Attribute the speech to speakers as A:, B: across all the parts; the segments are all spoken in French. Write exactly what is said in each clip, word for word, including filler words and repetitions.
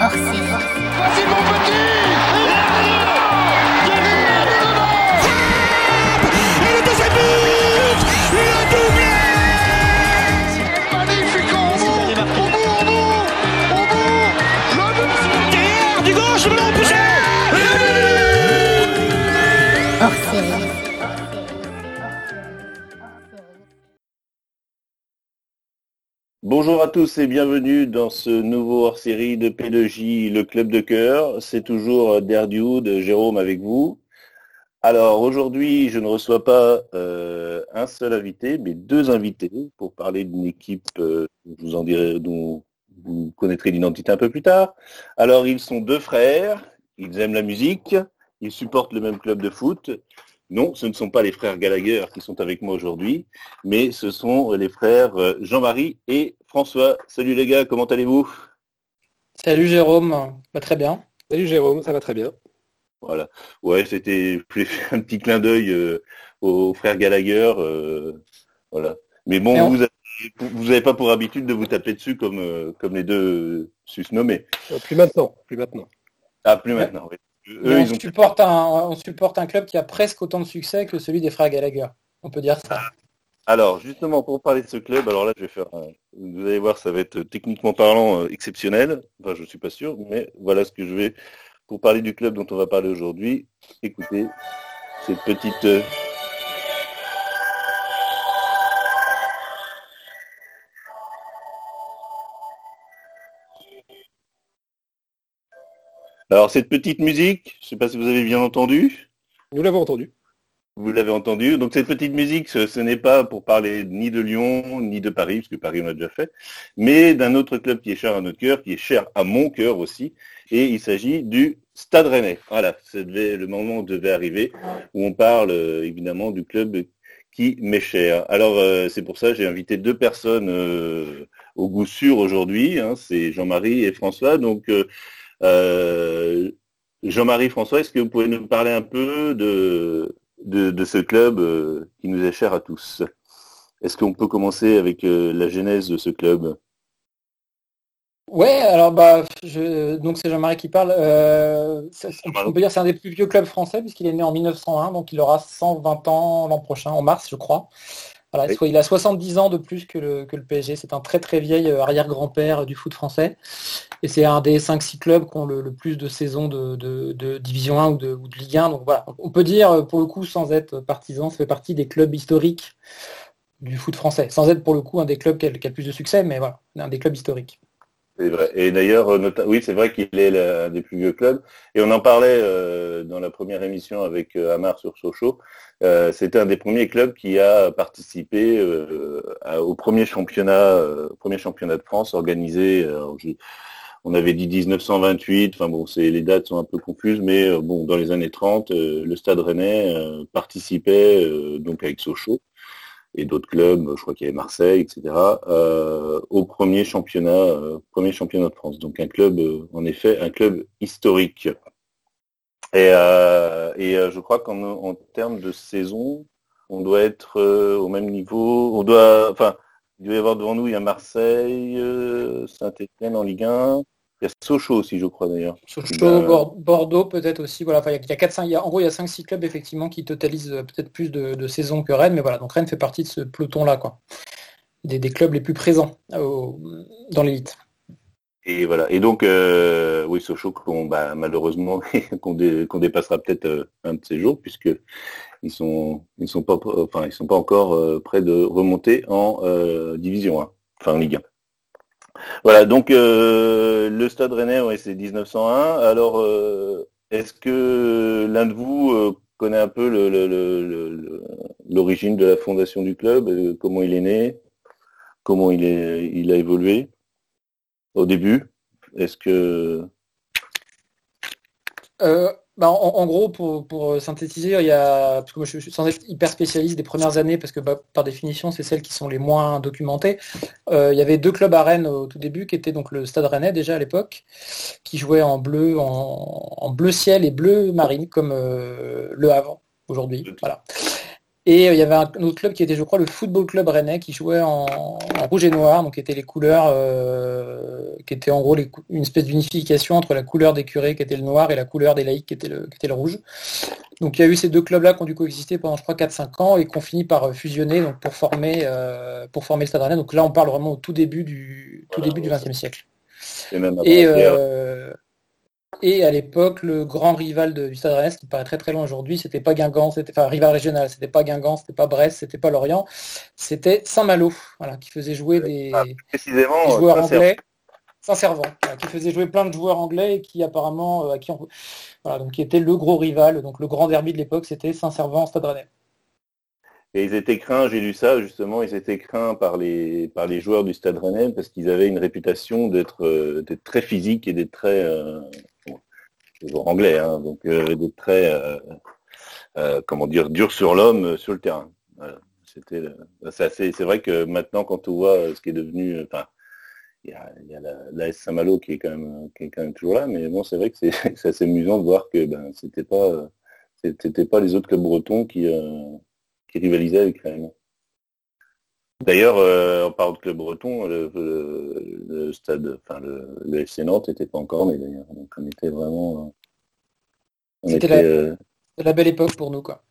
A: hors série.
B: Voici mon petit. Et le deuxième but. Le doublé. Magnifique au bout, au bout, au bout, au bout. Le but derrière du gauche, le ballon poussé.
A: Hors série.
C: Bonjour à tous et bienvenue dans ce nouveau hors-série de P deux J, le club de cœur. C'est toujours Derdiou de Jérôme avec vous. Alors aujourd'hui, je ne reçois pas euh, un seul invité, mais deux invités pour parler d'une équipe euh, je vous en dirai, dont vous connaîtrez l'identité un peu plus tard. Alors ils sont deux frères, ils aiment la musique, ils supportent le même club de foot. Non, ce ne sont pas les frères Gallagher qui sont avec moi aujourd'hui, mais ce sont les frères Jean-Marie et François. Salut les gars, comment allez-vous ?
D: Salut Jérôme, bah, très bien.
E: Salut Jérôme, ça va très bien.
C: Voilà. Ouais, c'était un petit clin d'œil euh, aux frères Gallagher. Euh, voilà. Mais bon, on... vous vous n'avez pas pour habitude de vous taper dessus comme, euh, comme les deux susnommés.
E: Euh, plus maintenant, plus maintenant.
C: Ah, plus ouais. maintenant, oui.
D: Eux, on, ils ont... supporte un, on supporte un club qui a presque autant de succès que celui des frères Gallagher. On peut dire ça.
C: Alors, justement, pour parler de ce club, alors là, je vais faire, un... vous allez voir, ça va être techniquement parlant euh, exceptionnel. Enfin, je ne suis pas sûr, mais voilà ce que je vais, pour parler du club dont on va parler aujourd'hui. Écoutez, cette petite... Euh... Alors, cette petite musique, je ne sais pas si vous avez bien entendu.
E: Nous l'avons entendu.
C: Vous l'avez entendu. Donc, cette petite musique, ce, ce n'est pas pour parler ni de Lyon, ni de Paris, parce que Paris, on l'a déjà fait, mais d'un autre club qui est cher à notre cœur, qui est cher à mon cœur aussi. Et il s'agit du Stade Rennais. Voilà, devait, le moment devait arriver où on parle euh, évidemment du club qui m'est cher. Alors, euh, c'est pour ça que j'ai invité deux personnes euh, au goût sûr aujourd'hui. Hein, c'est Jean-Marie et François. Donc, euh, Euh, Jean-Marie, François, est-ce que vous pouvez nous parler un peu de, de, de ce club euh, qui nous est cher à tous ? Est-ce qu'on peut commencer avec euh, la genèse de ce club ?
D: Ouais, alors bah, je, donc c'est Jean-Marie qui parle. Euh, on, on peut dire que c'est un des plus vieux clubs français puisqu'il est né en mille neuf cent un, donc il aura cent vingt ans l'an prochain, en mars, je crois. Voilà, oui. Il a soixante-dix ans de plus que le, que le P S G. C'est un très très vieil arrière-grand-père du foot français. Et c'est un des cinq six clubs qui ont le, le plus de saisons de, de, de Division un ou de, ou de Ligue un. Donc voilà, on peut dire, pour le coup, sans être partisan, ça fait partie des clubs historiques du foot français. Sans être pour le coup un des clubs qui a, qui a le plus de succès, mais voilà, un des clubs historiques.
C: C'est vrai. Et d'ailleurs, oui, c'est vrai qu'il est l'un des plus vieux clubs. Et on en parlait euh, dans la première émission avec euh, Amar sur Sochaux. Euh, c'était un des premiers clubs qui a participé euh, à, au premier championnat, euh, premier championnat de France organisé. Euh, je, on avait dit dix-neuf cent vingt-huit. Enfin bon, c'est, les dates sont un peu confuses, mais euh, bon, dans les années trente, euh, le Stade Rennais euh, participait euh, donc avec Sochaux et d'autres clubs, je crois qu'il y avait Marseille, et cetera, euh, au premier championnat, euh, premier championnat de France. Donc un club, euh, en effet, un club historique. Et, euh, et euh, je crois qu'en en termes de saison, on doit être euh, au même niveau. On doit, enfin, il doit y avoir devant nous, il y a Marseille, euh, Saint-Étienne en Ligue un. Il y a Sochaux aussi, je crois d'ailleurs.
D: Sochaux, ben... Bordeaux peut-être aussi. Voilà, enfin, il y a quatre, cinq, il y a, en gros, il y a cinq six clubs effectivement qui totalisent peut-être plus de, de saisons que Rennes, mais voilà, donc Rennes fait partie de ce peloton-là, quoi. Des, des clubs les plus présents au, dans l'élite.
C: Et voilà. Et donc, euh, oui, Sochaux, qu'on, bah, malheureusement, qu'on, dé, qu'on dépassera peut-être euh, un de ces jours, puisque ils sont, ils sont pas, enfin, ils sont pas encore euh, près de remonter en euh, Division un, enfin en Ligue un. Voilà, donc euh, le Stade Rennais, ouais, c'est dix-neuf cent un. Alors, euh, est-ce que l'un de vous euh, connaît un peu le, le, le, le, l'origine de la fondation du club, euh, comment il est né, comment il, est, il a évolué au début ? Est-ce que...
D: Euh... Bah, en, en gros, pour, pour synthétiser, il y a, parce que moi, je suis sans être hyper spécialiste des premières années, parce que bah, par définition, c'est celles qui sont les moins documentées. Euh, il y avait deux clubs à Rennes au tout début, qui étaient donc le Stade Rennais déjà à l'époque, qui jouait en bleu, en, en bleu ciel et bleu marine, comme euh, Le Havre aujourd'hui. Voilà. Et euh, il y avait un, un autre club qui était, je crois, le Football Club Rennais, qui jouait en, en rouge et noir, donc qui étaient les couleurs, euh, qui étaient en gros les, une espèce d'unification entre la couleur des curés, qui était le noir, et la couleur des laïcs, qui était le, qui était le rouge. Donc il y a eu ces deux clubs-là qui ont du coup existé pendant, je crois, quatre cinq ans, et qui ont fini par fusionner donc, pour, former, euh, pour former le Stade Rennais. Donc là, on parle vraiment au tout début du, tout
C: Voilà,
D: début du
C: ouais,
D: vingtième siècle.
C: Et même avant
D: Et,
C: la guerre.
D: euh, et à l'époque, le grand rival de, du Stade Rennais, qui paraît très très loin aujourd'hui, c'était pas Guingamp, c'était enfin rival régional, c'était pas Guingamp, c'était pas Brest, c'était pas Lorient, c'était Saint-Malo, voilà, qui faisait jouer des,
C: Ah, précisément,
D: des joueurs
C: Saint-Servant.
D: anglais, Saint-Servant, voilà, qui faisait jouer plein de joueurs anglais et qui apparemment, euh, à qui on, voilà, donc qui était le gros rival, donc le grand derby de l'époque, c'était Saint-Servant, Stade Rennais.
C: Et ils étaient craints, j'ai lu ça justement, ils étaient craints par les par les joueurs du Stade Rennais parce qu'ils avaient une réputation d'être euh, d'être très physiques et d'être très euh, bon, des joueurs anglais, hein, donc euh, d'être très euh, euh, comment dire dur sur l'homme euh, sur le terrain. Voilà. C'était c'est assez c'est vrai que maintenant quand on voit ce qui est devenu, enfin il y a, il y a la, la S Saint-Malo qui est quand même qui est quand même toujours là, mais bon c'est vrai que c'est c'est assez amusant de voir que ben c'était pas c'était pas les autres clubs bretons qui euh, qui rivalisait avec Rennes. D'ailleurs, euh, en parlant de club breton, le, le, le stade, enfin le, le F C Nantes n'était pas encore né d'ailleurs. Donc on était vraiment. On
D: C'était
C: était,
D: la,
C: euh...
D: la belle époque pour nous, quoi.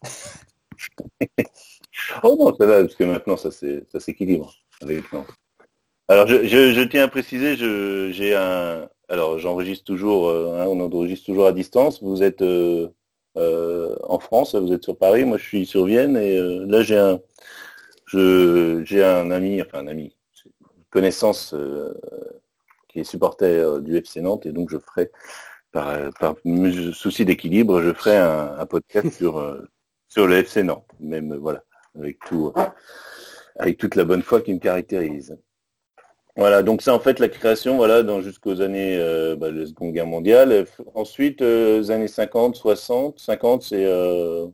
C: oh non, ça va, parce que maintenant ça ça s'équilibre avec Nantes. Alors je, je, je tiens à préciser, je, j'ai un. Alors j'enregistre toujours, euh, hein, on enregistre toujours à distance. Vous êtes euh, euh, en France, vous êtes sur Paris, moi je suis sur Vienne et euh, là j'ai un. Je, j'ai un ami, enfin un ami, une connaissance euh, qui est supporter euh, du F C Nantes et donc je ferai, par, par souci d'équilibre, je ferai un, un podcast sur, euh, sur le F C Nantes, même voilà, avec tout, euh, avec toute la bonne foi qui me caractérise. Voilà, donc c'est en fait la création, voilà, dans jusqu'aux années euh, bah, la Seconde Guerre mondiale. Ensuite, euh, les années cinquante, soixante, cinquante, c'est euh,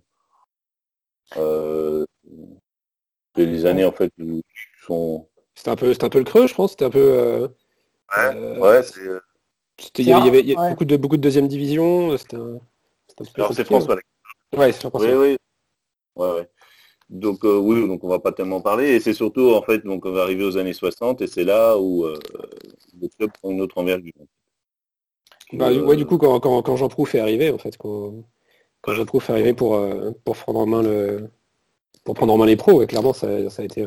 C: euh, les années en fait où sont.
E: C'était un peu, c'était un peu le creux, je pense. C'était un peu. Euh,
C: ouais,
E: euh,
C: ouais, c'est.
E: C'était, il y avait, il y avait, il y avait
D: ouais.
E: beaucoup de beaucoup de deuxième division. C'était un, c'était un peu
C: Alors c'est
E: compliqué,
C: François.
E: ouais, ouais c'est François.
C: Oui, oui. Ouais, ouais. Donc euh, oui, donc on va pas tellement parler. Et c'est surtout en fait, donc on va arriver aux années soixante et c'est là où euh, le club prend une autre envergure.
E: Bah,
C: euh,
E: ouais, du coup, quand, quand, quand Jean Prouff est arrivé, en fait, quand, quand Jean Prouff est arrivé pour, euh, pour prendre en main le, pour prendre en main les pros, ouais, clairement, ça, ça a été, euh,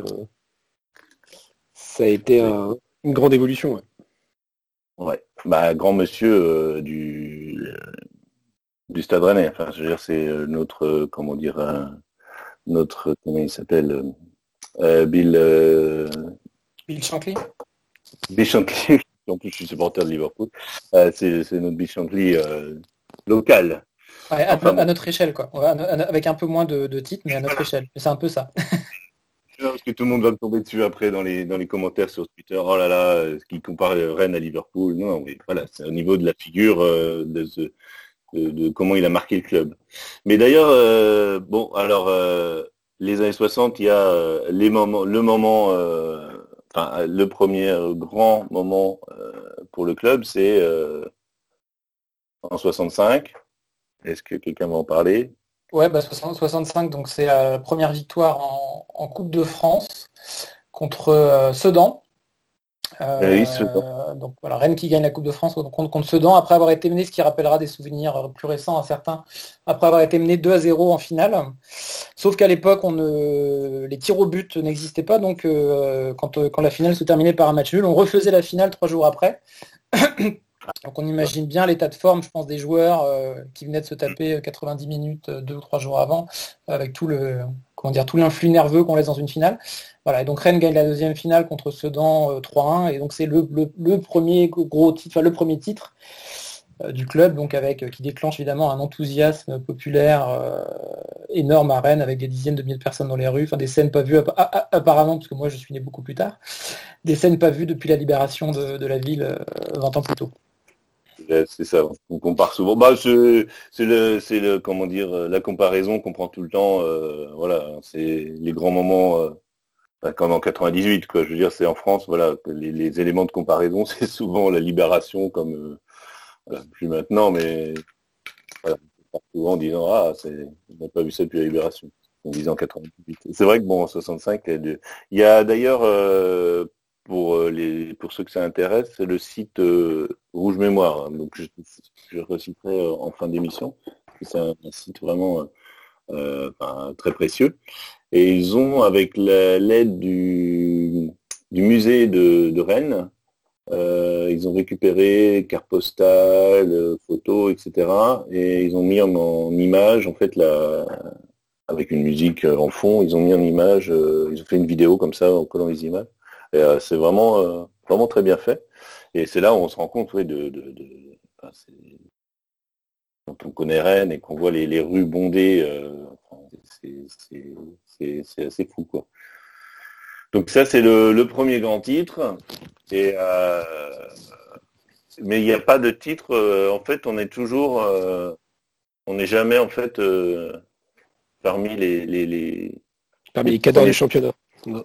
E: ça a été un, une grande évolution. Ouais.
C: Ouais. Bah grand monsieur euh, du euh, du Stade Rennais. Enfin, je veux dire, c'est euh, notre euh, comment dire euh, notre comment il s'appelle euh, Bill euh,
D: Bill Shankly.
C: Bill Shankly. En plus, je suis supporter de Liverpool. Euh, c'est, c'est notre Bill Shankly euh, local.
D: Ouais, à,
C: Enfin,
D: à
C: bon.
D: notre échelle, quoi. Ouais, avec un peu moins de, de titres, mais à notre échelle. C'est un peu ça.
C: Non, parce que tout le monde va me tomber dessus après dans les dans les commentaires sur Twitter. Oh là là, ce qui compare Rennes à Liverpool. Non, mais voilà, c'est au niveau de la figure euh, de, ce, de, de comment il a marqué le club. Mais d'ailleurs, euh, bon, alors euh, les années soixante, il y a euh, les moments, le moment, euh, enfin le premier grand moment euh, pour le club, c'est euh, en soixante-cinq. Est-ce que quelqu'un va en parler?
D: Ouais, bah soixante-cinq, donc c'est la première victoire en, en Coupe de France contre euh, Sedan. Euh,
C: oui, Sedan.
D: Donc voilà, Rennes qui gagne la Coupe de France contre, contre Sedan, après avoir été mené, ce qui rappellera des souvenirs plus récents à certains, après avoir été mené deux à zéro en finale. Sauf qu'à l'époque, on ne... les tirs au but n'existaient pas, donc euh, quand, quand la finale se terminait par un match nul, on refaisait la finale trois jours après. Donc on imagine bien l'état de forme, je pense, des joueurs euh, qui venaient de se taper quatre-vingt-dix minutes euh, deux ou trois jours avant, avec tout le comment dire tout l'influx nerveux qu'on laisse dans une finale. Voilà, et donc Rennes gagne la deuxième finale contre Sedan euh, trois un, et donc c'est le, le, le premier gros titre, enfin le premier titre euh, du club, donc avec euh, qui déclenche évidemment un enthousiasme populaire euh, énorme à Rennes, avec des dizaines de milliers de personnes dans les rues, enfin des scènes pas vues app- apparemment, parce que moi je suis né beaucoup plus tard, des scènes pas vues depuis la libération de, de la ville euh, vingt ans plus tôt.
C: C'est ça, on compare souvent. Bah, c'est, c'est le, c'est le, comment dire, la comparaison qu'on prend tout le temps. Euh, voilà, c'est les grands moments, euh, bah, comme en quatre-vingt-dix-huit, quoi. Je veux dire, c'est en France, voilà, les, les éléments de comparaison, c'est souvent la libération, comme, euh, voilà, plus maintenant, mais voilà, souvent en disant ah, c'est, on n'a pas vu ça depuis la libération. on disait en quatre-vingt-dix-huit. C'est vrai que bon, en soixante-cinq, il y a d'ailleurs, euh, pour, les, pour ceux que ça intéresse, c'est le site euh, Rouge Mémoire. Hein, donc je, je reciterai euh, en fin d'émission. C'est un, un site vraiment euh, enfin, très précieux. Et ils ont, avec la, l'aide du, du musée de, de Rennes, euh, ils ont récupéré cartes postales, photos, et cetera. Et ils ont mis en, en image, en fait, la, avec une musique en fond, ils ont mis en image, euh, ils ont fait une vidéo comme ça en collant les images. Et, euh, c'est vraiment, euh, vraiment très bien fait. Et c'est là où on se rend compte, ouais, de, de, de enfin, c'est, quand on connaît Rennes et qu'on voit les, les rues bondées, euh, enfin, c'est, c'est, c'est, c'est assez fou, quoi. Donc ça, c'est le, le premier grand titre. Et, euh, mais il n'y a pas de titre. Euh, en fait, on est toujours, euh, on n'est jamais en fait euh, parmi les, les, les
E: parmi les cadres du championnat. Non.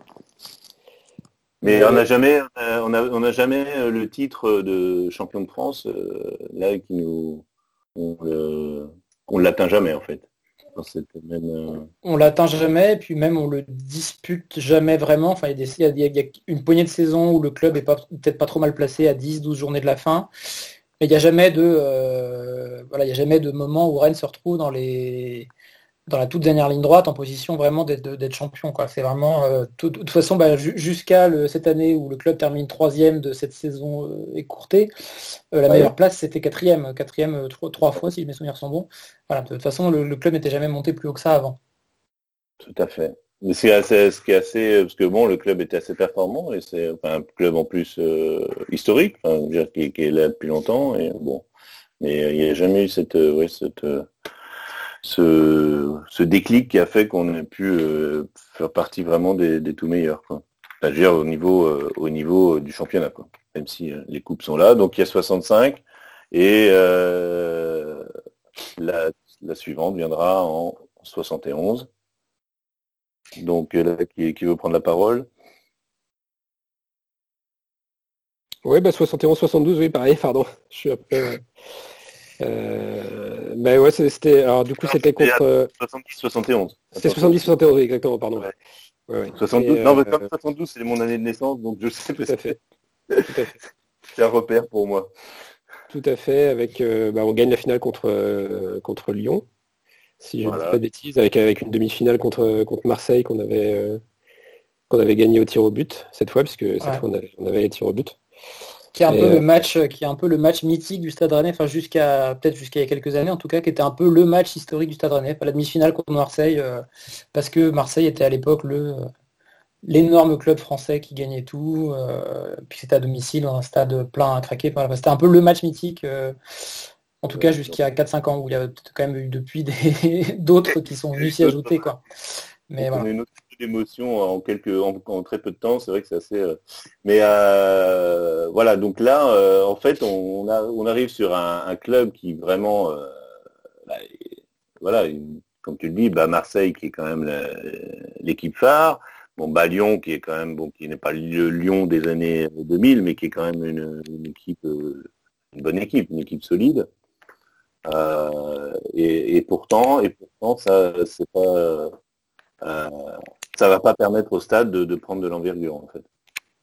C: Mais on n'a jamais, on a, on a jamais le titre de champion de France euh, là qui nous, on, le, on l'atteint jamais en fait. Dans cette même, euh...
D: On l'atteint jamais, et puis même on le dispute jamais vraiment. Enfin, il y a, des, il y a, il y a une poignée de saisons où le club est pas, peut-être pas trop mal placé à dix douze journées de la fin. Mais il n'y a jamais de, euh, voilà, il y a jamais de moment où Rennes se retrouve dans les, dans la toute dernière ligne droite en position vraiment d'être, d'être champion, quoi. C'est vraiment, euh, tout, de toute façon, bah, jusqu'à le, cette année où le club termine troisième de cette saison euh, écourtée, euh, la ouais. meilleure place c'était quatrième, quatrième euh, trois, trois fois si mes souvenirs sont bons. Voilà, de toute façon, le, le club n'était jamais monté plus haut que ça avant.
C: Tout à fait. Mais c'est assez, ce qui est assez, parce que bon, le club était assez performant et c'est enfin, un club en plus euh, historique, enfin, je veux dire, qui, qui est là depuis longtemps et bon, mais euh, il n'y a jamais eu cette, euh, ouais, cette euh, Ce, ce déclic qui a fait qu'on ait pu euh, faire partie vraiment des, des tout meilleurs, quoi. Enfin, je veux dire, au niveau, euh, au niveau du championnat, quoi. Même si euh, les coupes sont là. Donc il y a soixante-cinq et euh, la, la suivante viendra en soixante et onze. Donc là, qui, qui veut prendre la parole?
E: Oui, bah soixante et onze soixante-douze, oui, pareil, pardon. Je suis un peu... Euh, ben ouais, c'était. Alors du coup, alors, c'était contre.
C: soixante-dix soixante et onze.
E: C'était soixante-dix soixante et onze, exactement, pardon. Ouais.
C: Ouais, ouais. soixante-douze, et, non, mais comme soixante-douze, c'est mon année de naissance, donc je sais
E: tout à fait. Tout à fait.
C: C'est un repère pour moi.
E: Tout à fait. Avec, euh, bah, on gagne la finale contre euh, contre Lyon, si je ne voilà. dis pas de bêtises, avec avec une demi-finale contre contre Marseille qu'on avait euh, qu'on avait gagné au tir au but cette fois, puisque cette ouais. fois on avait, on avait les tirs au but.
D: Qui est un et peu euh... le match, qui est un peu le match mythique du Stade Rennais, enfin jusqu'à peut-être jusqu'à il y a quelques années en tout cas, qui était un peu le match historique du Stade Rennais, la demi-finale contre Marseille, euh, parce que Marseille était à l'époque le l'énorme club français qui gagnait tout, euh, puis c'était à domicile dans un stade plein à craquer. Enfin, c'était un peu le match mythique, euh, en tout cas jusqu'à quatre cinq ans où il y a peut-être quand même eu depuis des... d'autres qui sont venus s'y ajouter, quoi.
C: Mais voilà. On a une autre émotion en quelques en, en très peu de temps, c'est vrai que c'est assez euh... mais euh, voilà, donc là euh, en fait on, a, on arrive sur un, un club qui vraiment euh, bah, voilà, une, comme tu le dis, bah, Marseille qui est quand même la, l'équipe phare, bon bah Lyon qui est quand même bon qui n'est pas le Lyon des années deux mille mais qui est quand même une, une équipe euh, une bonne équipe, une équipe solide. Euh, et, et pourtant et pourtant ça c'est pas euh, ça va pas permettre au stade de, de prendre de l'envergure en fait.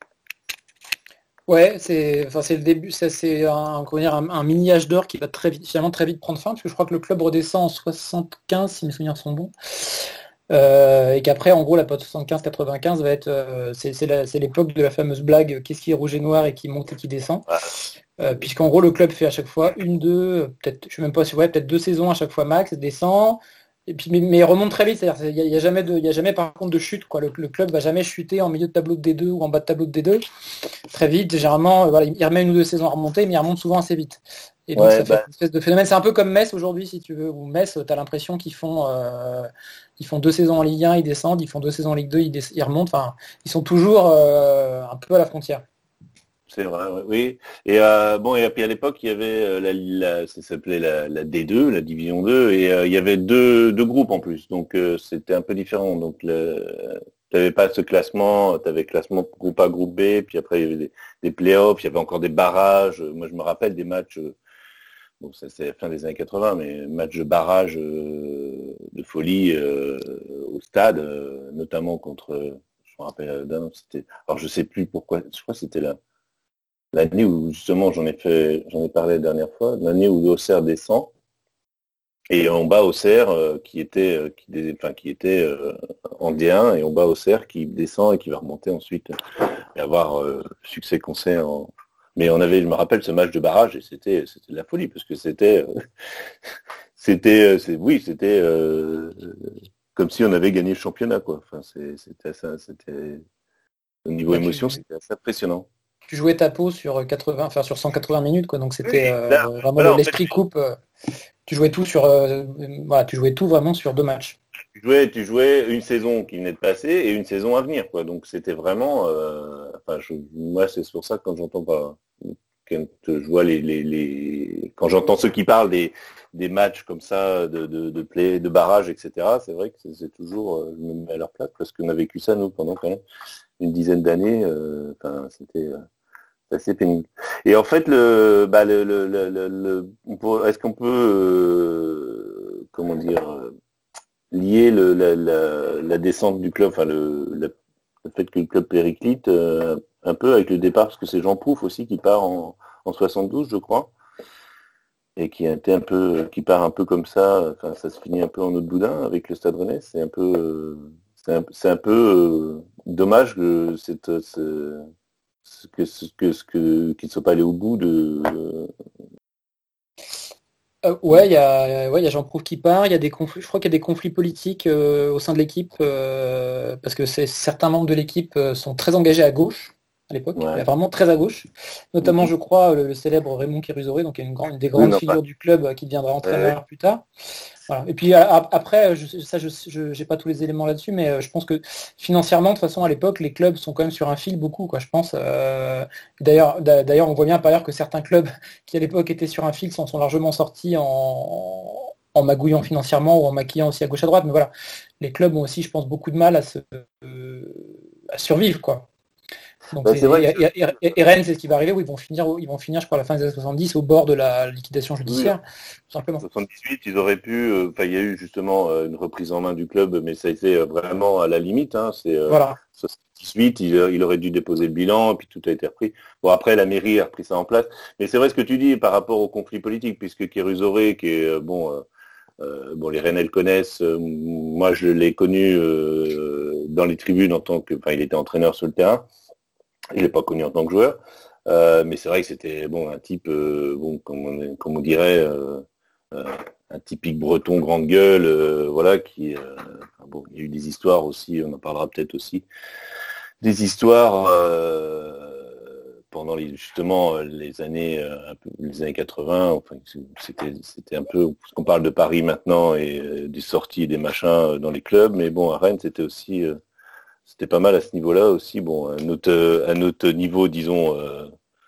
D: Ouais, c'est, enfin c'est le début, ça, c'est un, comment dire, un, un mini âge d'or qui va très vite, finalement très vite prendre fin, parce que je crois que le club redescend en soixante-quinze si mes souvenirs sont bons, euh, et qu'après en gros la période soixante-quinze quatre-vingt-quinze va être, euh, c'est, c'est, la, c'est l'époque de la fameuse blague qu'est-ce qui est rouge et noir et qui monte et qui descend, ouais. euh, puisqu'en gros le club fait à chaque fois une, deux, peut-être, je suis même pas sûr, ouais, peut-être deux saisons à chaque fois max, descend. Et puis, mais, mais il remonte très vite, c'est-à-dire il n'y a, a jamais de, il y a jamais par contre de chute, quoi. Le, le club va jamais chuter en milieu de tableau de D deux ou en bas de tableau de D deux. Très vite, généralement, euh, voilà, il remet une ou deux saisons à remonter, mais il remonte souvent assez vite. Et donc ouais, ça bah... fait une espèce de phénomène. C'est un peu comme Metz aujourd'hui, si tu veux, où Metz, tu as l'impression qu'ils font, euh, ils font deux saisons en Ligue un, ils descendent, ils font deux saisons en Ligue deux, ils, des- ils remontent. Enfin, ils sont toujours euh, un peu à la frontière.
C: C'est vrai, oui. Et euh, bon, et puis à l'époque, il y avait euh, la, la, ça s'appelait la, la D deux, la Division deux, et euh, il y avait deux, deux groupes en plus, donc euh, c'était un peu différent. Donc, tu n'avais pas ce classement, tu avais classement groupe A, groupe B, puis après il y avait des, des play-offs, il y avait encore des barrages. Moi, je me rappelle des matchs. Euh, bon, ça c'est la fin des années quatre-vingts, mais match de barrage euh, de folie euh, au stade, euh, notamment contre, je me rappelle d'un, c'était, alors je sais plus pourquoi, je crois que c'était là, l'année où justement j'en ai fait, j'en ai parlé la dernière fois, l'année où l'Auxerre descend. Et on bat Auxerre euh, qui était, euh, qui, des, enfin, qui était euh, en D un et on bat Auxerre qui descend et qui va remonter ensuite et avoir euh, succès qu'on sait. En... Mais on avait, je me rappelle, ce match de barrage et c'était, c'était de la folie parce que c'était, euh, c'était, c'est, oui, c'était euh, comme si on avait gagné le championnat, quoi. Enfin, c'est, c'était ça, c'était au niveau
D: Ouais,
C: émotion,
D: tu,
C: c'était assez impressionnant.
D: tu jouais ta peau sur quatre-vingts, enfin sur cent quatre-vingts minutes, quoi. Donc c'était
C: Oui,
D: euh,
C: là,
D: vraiment
C: voilà,
D: le-
C: en
D: l'esprit
C: fait,
D: coupe. euh, tu jouais tout sur, euh, voilà, tu jouais tout vraiment sur deux matchs.
C: Tu jouais, tu jouais une saison qui venait de passer et une saison à venir, quoi. Donc c'était vraiment, euh, enfin, je, moi c'est pour ça que quand j'entends pas, quand je vois les, les, les quand j'entends ceux qui parlent des, des matchs comme ça, de, de, de play, de barrage, et cetera. C'est vrai que c'est, c'est toujours, euh, je me mets à leur place parce qu'on a vécu ça nous pendant quand même une dizaine d'années. Euh, enfin, c'était euh, assez pénible. Et en fait, le, bah, le, le, le, le, le on peut- est-ce qu'on peut, euh, comment dire euh, lier le, la, la, la descente du club, enfin le, la, le fait que le club périclite euh, un peu avec le départ, parce que c'est Jean Pouf aussi qui part en, en soixante-douze, je crois, et qui a été un peu, qui part un peu comme ça. Enfin, ça se finit un peu en eau de boudin avec le Stade Rennais. C'est un peu, euh, c'est un, c'est un peu euh, dommage que cette, ce, ce que ce que ce que qu'ils ne soient pas allés au bout de.
D: Euh, ouais, il y a, ouais, il y a Jean Prouve qui part. Il y a des conflits. Je crois qu'il y a des conflits politiques euh, au sein de l'équipe euh, parce que c'est, certains membres de l'équipe euh, sont très engagés à gauche à l'époque,
C: Ouais.
D: vraiment très à gauche. Notamment,
C: Mhm.
D: je crois, le, le célèbre Raymond Kérusoré, donc une, grande, une des
C: Oui,
D: grandes
C: non,
D: figures
C: pas.
D: du club euh, qui deviendra entraîneur
C: Ouais.
D: plus tard. Voilà. Et puis a- a- après, je, ça, je n'ai pas tous les éléments là-dessus, mais euh, je pense que financièrement, de toute façon, à l'époque, les clubs sont quand même sur un fil beaucoup, quoi. Je pense. euh, D'ailleurs, d'a- d'ailleurs, on voit bien par ailleurs que certains clubs qui à l'époque étaient sur un fil s'en sont largement sortis en, en magouillant financièrement ou en maquillant aussi à gauche à droite. Mais voilà, les clubs ont aussi, je pense, beaucoup de mal à se euh, à survivre, quoi. Donc
C: Bah,
D: c'est,
C: c'est vrai que
D: et, et- et- et Rennes, c'est ce qui va arriver, où ils vont finir, ils vont finir, je crois, à la fin des années soixante-dix, au bord de la liquidation
C: oui,
D: judiciaire, tout simplement.
C: soixante-dix-huit, ils auraient pu, euh, enfin il y a eu justement euh, une reprise en main du club, mais ça a été euh, vraiment à la limite. Hein, c'est euh,
D: Voilà.
C: soixante-dix-huit, il, euh, il aurait dû déposer le bilan, et puis tout a été repris. Bon après la mairie a repris ça en place, mais c'est vrai ce que tu dis par rapport au conflit politique, puisque Kérusoré, qui est euh, bon, euh, euh, bon les Rennais le connaissent, euh, moi je l'ai connu euh, dans les tribunes en tant que, enfin il était entraîneur sur le terrain, je l'ai pas connu en tant que joueur. Euh, mais c'est vrai que c'était bon un type, euh, bon comme on, comme on dirait. Euh, euh, un typique breton grande gueule, euh, voilà, qui, euh, enfin, bon, il y a eu des histoires aussi, on en parlera peut-être aussi, des histoires euh, pendant les, justement les années, euh, un peu, les années quatre-vingts, enfin, c'était, c'était un peu, parce qu'on parle de Paris maintenant et euh, des sorties et des machins euh, dans les clubs, mais bon, à Rennes, c'était aussi, euh, c'était pas mal à ce niveau-là aussi, bon, un autre, un autre niveau, disons. Euh,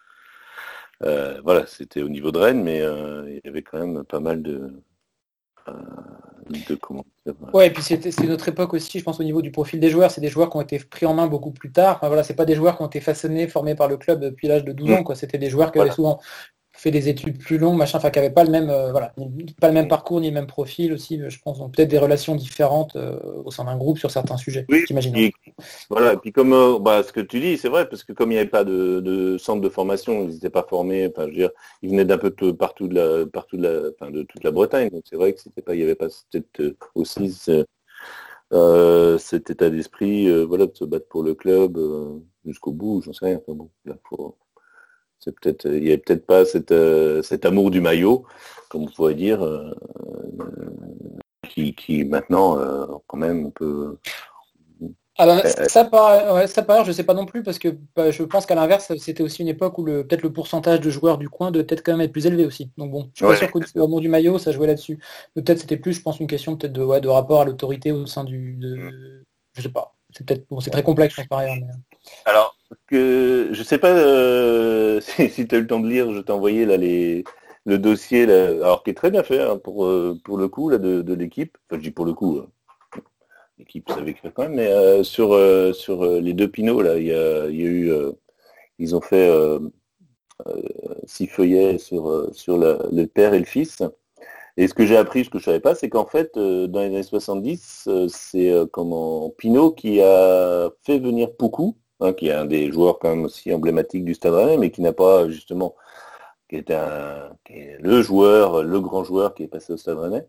C: Euh, voilà, c'était au niveau de Rennes, mais euh, il y avait quand même pas mal de, euh, de comment dire,
D: Ouais, et puis c'était c'est notre époque aussi, je pense, au niveau du profil des joueurs. C'est des joueurs qui ont été pris en main beaucoup plus tard. Enfin, voilà, c'est pas des joueurs qui ont été façonnés, formés par le club depuis l'âge de douze
C: mmh,
D: ans, quoi. C'était des joueurs qui avaient
C: voilà.
D: souvent fait des études plus longues, machin, enfin, qui n'avaient pas le même, euh, voilà, pas le même parcours ni le même profil aussi, je pense. Donc peut-être des relations différentes euh, au sein d'un groupe sur certains sujets,
C: Oui,
D: j'imagine.
C: et, voilà, et puis comme euh, bah, ce que tu dis, c'est vrai, parce que comme il n'y avait pas de, de centre de formation, ils n'étaient pas formés, enfin je veux dire, ils venaient d'un peu de partout de la partout de la enfin, de toute la Bretagne, donc c'est vrai que c'était pas, il n'y avait pas peut-être euh, aussi ce, euh, cet état d'esprit, euh, voilà, de se battre pour le club euh, jusqu'au bout, j'en sais rien. Enfin, bon, là, faut, c'est peut-être, il n'y avait peut-être pas cette, euh, cet amour du maillot, comme on pourrait dire, euh, qui, qui maintenant, euh, quand même, on peut.
D: Alors,
C: Euh,
D: ça par, ouais, ça par ailleurs, je sais pas non plus, parce que bah, je pense qu'à l'inverse, c'était aussi une époque où le peut-être le pourcentage de joueurs du coin devait peut-être quand même être plus élevé aussi. Donc bon, je suis pas
C: ouais,
D: sûr qu'au amour du maillot, ça jouait là-dessus. Mais peut-être c'était plus, je pense, une question peut-être de, ouais, de rapport à l'autorité au sein du. De, je sais pas. C'est peut-être bon, c'est très complexe, je pense, par ailleurs. Mais...
C: Alors, que je sais pas euh, si, si tu as eu le temps de lire, je t'ai envoyé là les le dossier là, alors qui est très bien fait hein, pour euh, pour le coup là de, de l'équipe. Enfin, je dis pour le coup, hein. L'équipe savait écrire quand même, mais euh, sur euh, sur euh, les deux Pinots là, il y a, il y a eu, euh, ils ont fait euh, euh, six feuillets sur euh, sur la, le père et le fils. Et ce que j'ai appris, ce que je savais pas, c'est qu'en fait, euh, dans les années soixante-dix, euh, c'est euh, comment Pinault qui a fait venir Poucou, hein, qui est un des joueurs quand même aussi emblématiques du Stade Rennais, mais qui n'a pas justement, qui est un, qui est le joueur, le grand joueur qui est passé au Stade Rennais,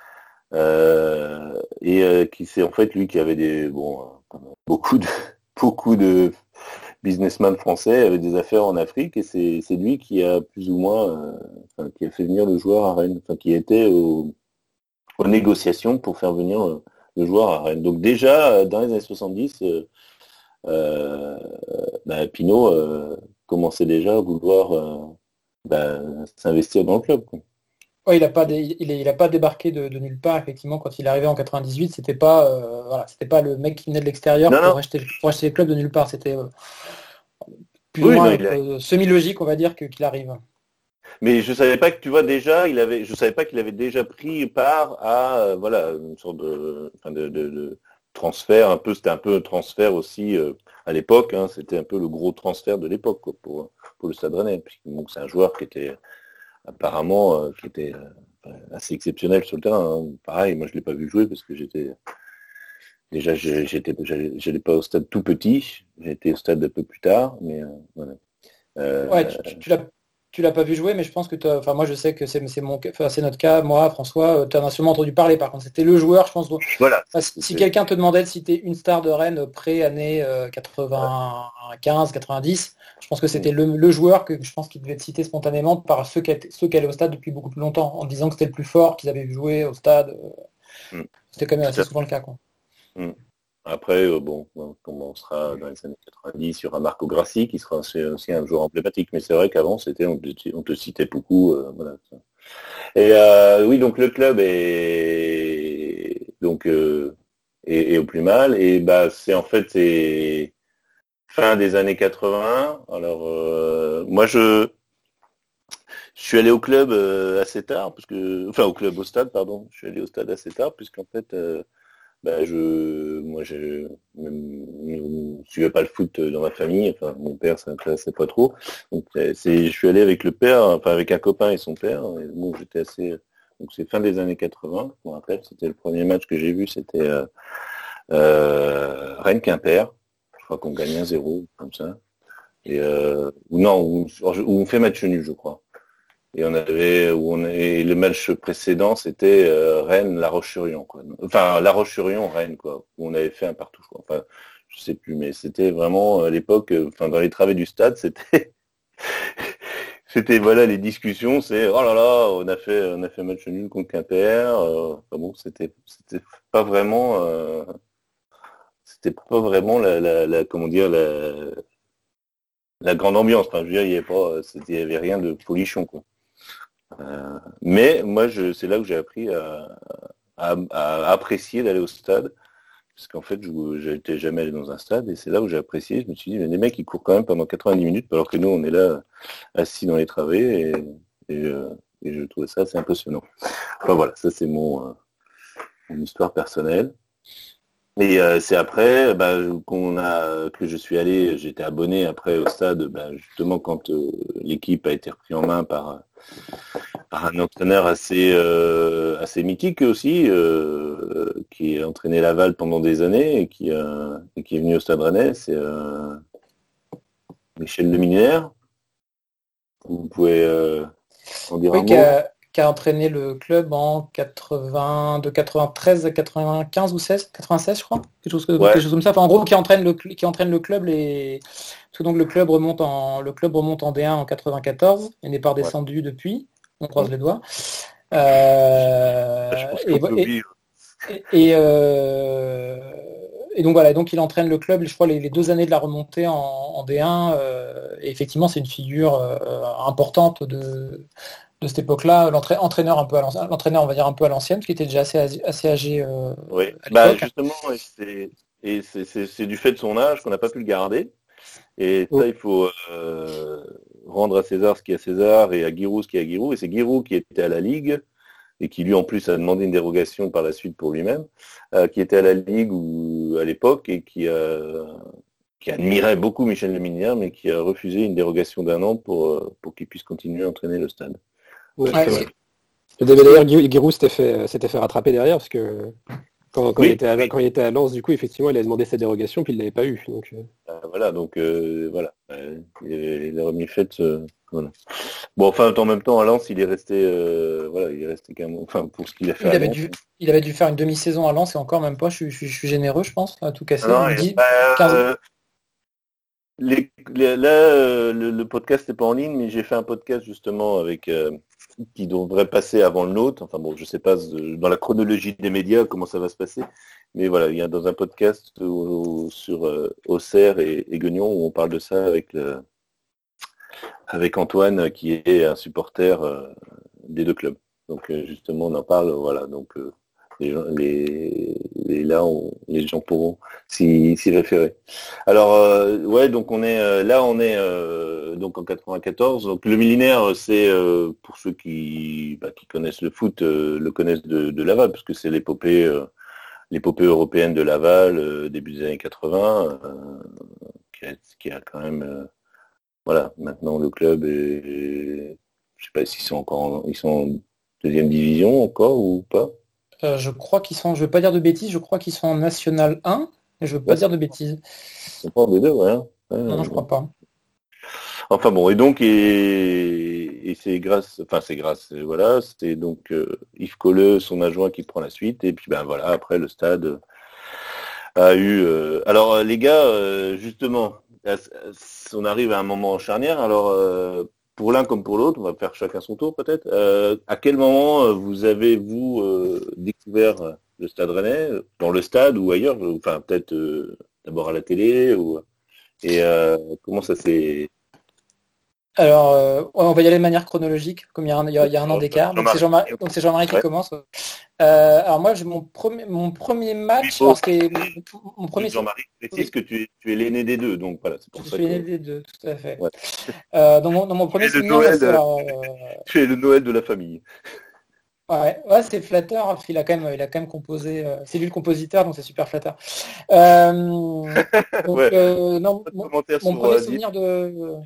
C: euh, et euh, qui c'est en fait lui qui avait des, bon, euh, beaucoup de, beaucoup de businessman français avec des affaires en Afrique, et c'est, c'est lui qui a plus ou moins euh, enfin, qui a fait venir le joueur à Rennes, enfin qui était au, aux négociations pour faire venir euh, le joueur à Rennes. Donc déjà dans les années soixante-dix, euh, euh, bah, Pinault euh, commençait déjà à vouloir euh, bah, s'investir dans le club, quoi.
D: Ouais, il n'a pas, dé- il, est- il a pas débarqué de, de nulle part, effectivement, quand il est arrivé en quatre-vingt-dix-huit, c'était pas, euh, voilà, c'était pas le mec qui venait de l'extérieur
C: Non,
D: pour
C: non.
D: acheter, pour acheter le club de nulle part, c'était euh, plus
C: Oui,
D: ou moins
C: non, il a-
D: euh, semi-logique, on va dire, que- qu'il arrive.
C: Mais je savais pas que tu vois déjà, il avait, je savais pas qu'il avait déjà pris part à euh, voilà une sorte de, enfin, de, de, de transfert un peu, c'était un peu un transfert aussi euh, à l'époque, hein, c'était un peu le gros transfert de l'époque quoi, pour pour le Stade Rennais. Puis, donc c'est un joueur qui était apparemment euh, qui était euh, assez exceptionnel sur le terrain. Hein. Pareil, moi je l'ai pas vu jouer parce que j'étais déjà j'ai- j'étais j'allais j'allais pas au stade tout petit, j'ai été au stade un peu plus tard, mais euh, voilà. Euh,
D: Ouais, tu, tu, tu l'as, tu l'as pas vu jouer, mais je pense que t'as- enfin moi je sais que c'est, c'est mon, enfin, c'est notre cas, moi, François, tu en as sûrement entendu parler. Par contre, c'était le joueur, je pense. dont-
C: voilà.
D: enfin, si si quelqu'un te demandait de citer une star de Rennes pré-année euh, quatre-vingt-quinze, quatre-vingt-dix, je pense que c'était le, le joueur que je pense qu'il devait te citer spontanément par ceux qui, étaient- ceux qui allaient au stade depuis beaucoup plus longtemps, en disant que c'était le plus fort qu'ils avaient vu jouer au stade. euh,
C: Mm.
D: C'était quand même
C: Tout
D: assez
C: à
D: souvent le cas, quoi.
C: Mm. Après, euh, bon, on commencera dans les années quatre-vingt-dix, il y aura Marco Grassi qui sera aussi, aussi un joueur emblématique, mais c'est vrai qu'avant c'était on te, on te citait beaucoup, euh, voilà. Et euh, oui, donc le club est donc euh, est, est au plus mal, et bah c'est en fait c'est fin des années quatre-vingts. Alors euh, moi je je suis allé au club euh, assez tard, parce que enfin au club au stade pardon, je suis allé au stade assez tard puisqu'en fait euh, bah, je, moi, je ne suivais pas le foot dans ma famille. Enfin, mon père, ça m'intéressait pas trop. Donc, c'est, je suis allé avec le père, enfin avec un copain et son père. Et bon, j'étais assez. Donc, c'est fin des années quatre-vingts. Je me rappelle, c'était le premier match que j'ai vu, c'était euh, euh, Rennes-Quimper. Je crois qu'on gagne un zéro, comme ça. Et euh, ou non, où, où on fait match nul, je crois. Et on avait, où on est, le match précédent, c'était euh, Rennes, La Roche-sur-Yon, quoi. Enfin, La Roche-sur-Yon, Rennes, quoi. Où on avait fait un partout, quoi. Enfin, je sais plus, mais c'était vraiment à l'époque, euh, enfin, dans les travées du stade, c'était, c'était voilà les discussions, c'est oh là là, on a fait, on a fait match nul contre Quimper. Euh, enfin bon, c'était, c'était pas vraiment, euh, c'était pas vraiment la, la, la comment dire, la, la grande ambiance. Enfin, je veux dire, il y avait pas, c'était, il y avait rien de folichon, quoi. Euh, mais moi, je, c'est là où j'ai appris à, à, à apprécier d'aller au stade, parce qu'en fait, je n'étais jamais allé dans un stade, et c'est là où j'ai apprécié. Je me suis dit, mais les mecs, ils courent quand même pendant quatre-vingt-dix minutes, alors que nous, on est là, assis dans les travées, et, et, euh, et je trouvais ça assez impressionnant. Enfin voilà, ça c'est mon, euh, mon histoire personnelle. Et euh, c'est après bah, qu'on a que je suis allé, j'étais abonné après au stade, bah, justement quand euh, l'équipe a été reprise en main par, par un entraîneur assez euh, assez mythique aussi, euh, qui a entraîné Laval pendant des années et qui, euh, et qui est venu au Stade Rennais, c'est euh, Michel Leminaire. Vous pouvez euh, en dire
D: Oui,
C: un
D: qui
C: mot.
D: a, qui a entraîné le club en quatre-vingts, de quatre-vingt-treize à quatre-vingt-quinze ou seize, quatre-vingt-seize je crois, quelque chose, que-
C: Ouais.
D: quelque chose comme ça. Enfin, en gros, qui entraîne le, cl- qui entraîne le club, les... parce que donc le club remonte en, le club remonte en D un en quatre-vingt-quatorze et n'est pas redescendu depuis. On croise les doigts. Euh,
C: Je pense
D: et,
C: qu'on peut
D: et-
C: oublier.
D: et, et, euh, et donc voilà, donc il entraîne le club, je crois, les, les deux années de la remontée en, en D un. Euh, et effectivement, c'est une figure euh, importante de, de cette époque-là. L'entra- entraîneur un peu à l'ancienne, l'entraîneur, on va dire un peu à l'ancienne, parce qu'il était déjà assez, assez âgé euh,
C: Oui,
D: à
C: bah
D: l'époque.
C: justement, et c'est et c'est c'est- c'est du fait de son âge qu'on n'a pas pu le garder. Et ça, il faut euh, rendre à César ce qui est à César et à Giroud ce qui est à Giroud. Et c'est Giroud qui était à la Ligue et qui lui en plus a demandé une dérogation par la suite pour lui-même, euh, qui était à la Ligue ou à l'époque et qui, euh, qui admirait beaucoup Michel Leminaire, mais qui a refusé une dérogation d'un an pour, euh, pour qu'il puisse continuer à entraîner le stade.
E: Ouais,
D: Ouais,
E: c'est
D: ce,
E: vrai.
D: qui,
E: D'ailleurs, Giroud s'était fait, s'était fait rattraper derrière parce que quand, quand,
C: oui,
E: il était à,
C: oui.
E: quand il était à Lens, du coup, effectivement, il a demandé sa dérogation puis il l'avait pas eu. Donc,
C: euh, voilà, donc euh, voilà, euh, il a remis fait. Euh, voilà. Bon, enfin, en même temps, à Lens, il est resté, euh, voilà, il est resté qu'un mois. Enfin, pour ce qu'il a fait.
D: Il
C: à
D: avait,
C: Lens.
D: dû, il avait dû faire une demi-saison à Lens et encore même pas, je, je, je suis généreux, je pense, à tout casser.
C: Non,
D: dix,
C: bah,
D: quinze...
C: euh, les, les, là, euh, le, le podcast n'est pas en ligne, mais j'ai fait un podcast justement avec euh, qui devrait passer avant le nôtre. Enfin bon, je sais pas euh, dans la chronologie des médias comment ça va se passer, mais voilà, il y a dans un podcast où, où, sur euh, Auxerre et, et Guignon où on parle de ça avec le, avec Antoine qui est un supporter euh, des deux clubs. Donc euh, justement, on en parle. Voilà, donc. Euh, Les, les, les, là, on, les gens pourront s'y, s'y référer. Alors, euh, ouais, donc on est euh, là, on est euh, donc en quatre-vingt-quatorze. Donc le millénaire, c'est euh, pour ceux qui, bah, qui connaissent le foot, euh, le connaissent de, de Laval, parce que c'est l'épopée, euh, l'épopée européenne de Laval, euh, début des années quatre-vingts, euh, qui, a, qui a quand même, euh, voilà, maintenant le club est, je sais pas s'ils sont encore, en, ils sont en deuxième division encore ou pas.
D: Euh, je crois qu'ils sont, je ne veux pas dire de bêtises, je crois qu'ils sont en National un, mais je ne veux pas
C: Ouais,
D: dire de bêtises.
C: c'est pas des deux, ouais. Hein. Ouais,
D: Non, je crois pas.
C: Enfin bon, et donc, et, et c'est grâce, enfin c'est grâce, voilà, c'était donc euh, Yves Colleux, son adjoint, qui prend la suite, et puis ben voilà, après le stade a eu... Euh, alors les gars, euh, justement, on arrive à un moment charnière, alors... Euh, pour l'un comme pour l'autre, on va faire chacun son tour peut-être. Euh, à quel moment vous avez, vous, euh, découvert le Stade Rennais, dans le stade ou ailleurs, enfin peut-être euh, d'abord à la télé, ou, et euh, comment ça s'est...
D: Alors, euh, on va y aller de manière chronologique, comme il y a un, il y a, il y a un an d'écart. Donc c'est Jean-Marie, donc c'est Jean-Marie qui
C: ouais.
D: commence. Euh, alors moi, j'ai mon premier, mon premier match.
C: Oui,
D: alors, c'était mon premier.
C: Jean-Marie, précise que tu es, tu es l'aîné des deux, donc voilà, c'est pour
D: Je
C: ça
D: suis
C: que...
D: l'aîné des deux, tout à fait.
C: Ouais.
D: Euh, dans, mon, dans mon premier
C: Tu es le
D: souvenir,
C: Noël,
D: c'est,
C: euh,
D: alors, euh,
C: tu es le Noël de la famille.
D: Ouais, ouais, c'est flatteur, parce qu'il a quand même, il a quand même composé. Euh, c'est lui le compositeur, donc c'est super flatteur. Euh, donc,
C: Ouais.
D: euh, non,
C: Pas de
D: mon,
C: commentaires
D: mon
C: sur,
D: premier
C: euh,
D: souvenir de,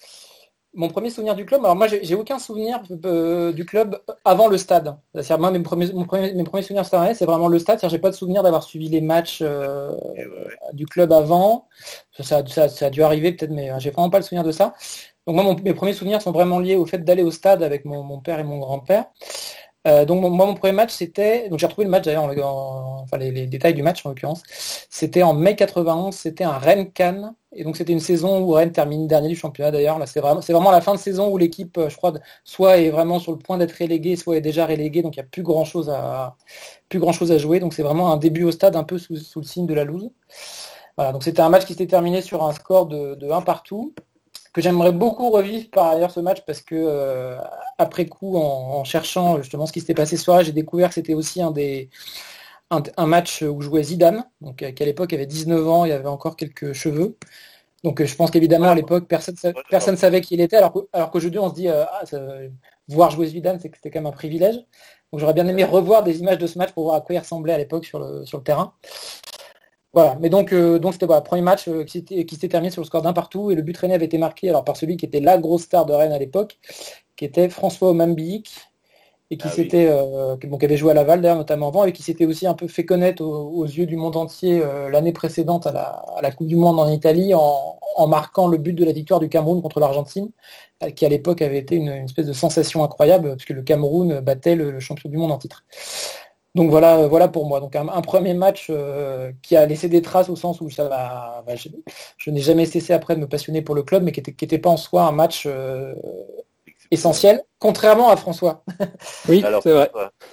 D: mon premier souvenir du club. Alors moi, j'ai j'ai aucun souvenir euh, du club avant le stade. C'est-à-dire moi, mes premiers, mon premier, mes premiers souvenirs stade, c'est vraiment le stade. C'est-à-dire j'ai pas de souvenir d'avoir suivi les matchs euh,
C: ouais, ouais.
D: du club avant. Ça, ça, ça a dû arriver peut-être, mais euh, j'ai vraiment pas le souvenir de ça. Donc moi, mon, mes premiers souvenirs sont vraiment liés au fait d'aller au stade avec mon, mon père et mon grand-père. Euh, donc moi mon premier match c'était, donc j'ai retrouvé le match d'ailleurs, en, en, enfin les, les détails du match en l'occurrence, c'était en mai quatre-vingt-onze, c'était un Rennes-Cannes, et donc c'était une saison où Rennes termine dernier du championnat d'ailleurs. Là c'est vraiment, c'est vraiment la fin de saison où l'équipe, je crois, soit est vraiment sur le point d'être reléguée, soit est déjà reléguée, donc il n'y a plus grand chose à, plus grand chose à jouer. Donc c'est vraiment un début au stade un peu sous, sous le signe de la loose. Voilà, donc c'était un match qui s'était terminé sur un score de, de un partout, que j'aimerais beaucoup revivre par ailleurs ce match parce que euh, après coup, en, en cherchant justement ce qui s'était passé ce soir, j'ai découvert que c'était aussi un des un, un match où jouait Zidane, donc qui à l'époque avait dix-neuf ans, il avait encore quelques cheveux. Donc je pense qu'évidemment à l'époque personne personne savait qui il était, alors, que, alors qu'aujourd'hui on se dit euh, ah, ça, voir jouer Zidane, c'est que c'était quand même un privilège. Donc j'aurais bien aimé revoir des images de ce match pour voir à quoi il ressemblait à l'époque sur le sur le terrain. Voilà, mais donc euh, donc c'était le voilà, premier match euh, qui s'était qui s'était terminé sur le score d'un partout, et le but rennais avait été marqué alors par celui qui était la grosse star de Rennes à l'époque, qui était François Omambiik, et qui ah, s'était oui. euh, bon, qui avait joué à Laval d'ailleurs notamment avant, et qui s'était aussi un peu fait connaître aux, aux yeux du monde entier euh, l'année précédente à la, à la Coupe du Monde en Italie en, en marquant le but de la victoire du Cameroun contre l'Argentine, qui à l'époque avait été une, une espèce de sensation incroyable puisque le Cameroun battait le, le champion du monde en titre. Donc voilà, voilà pour moi. Donc un, un premier match euh, qui a laissé des traces au sens où ça va, bah, je, je n'ai jamais cessé après de me passionner pour le club, mais qui n'était qui était pas en soi un match euh, essentiel, contrairement à François.
E: Oui, alors, c'est vrai.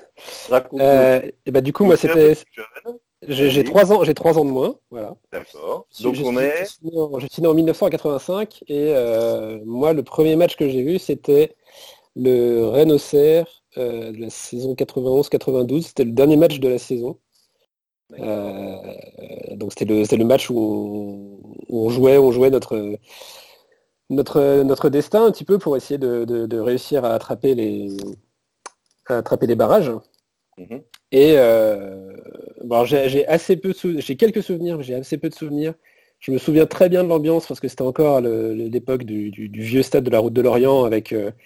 E: Euh, et bah du coup, moi c'était, j'ai, j'ai trois ans, j'ai trois ans de moins, voilà.
C: D'accord. Donc
E: je,
C: on
E: je,
C: est.
E: Je suis né en mille neuf cent quatre-vingt-cinq et euh, moi le premier match que j'ai vu c'était le Rennes-Auxerre. Euh, de la saison quatre-vingt-onze quatre-vingt-douze, c'était le dernier match de la saison. Euh, donc c'était le, c'était le match où on, où on jouait, on jouait notre, notre, notre destin un petit peu pour essayer de, de, de réussir à attraper les, à attraper les barrages. Mm-hmm. Et euh, bon, j'ai, j'ai assez peu de sou- j'ai quelques souvenirs, mais j'ai assez peu de souvenirs. Je me souviens très bien de l'ambiance parce que c'était encore le, l'époque du, du, du vieux stade de la Route de Lorient avec euh,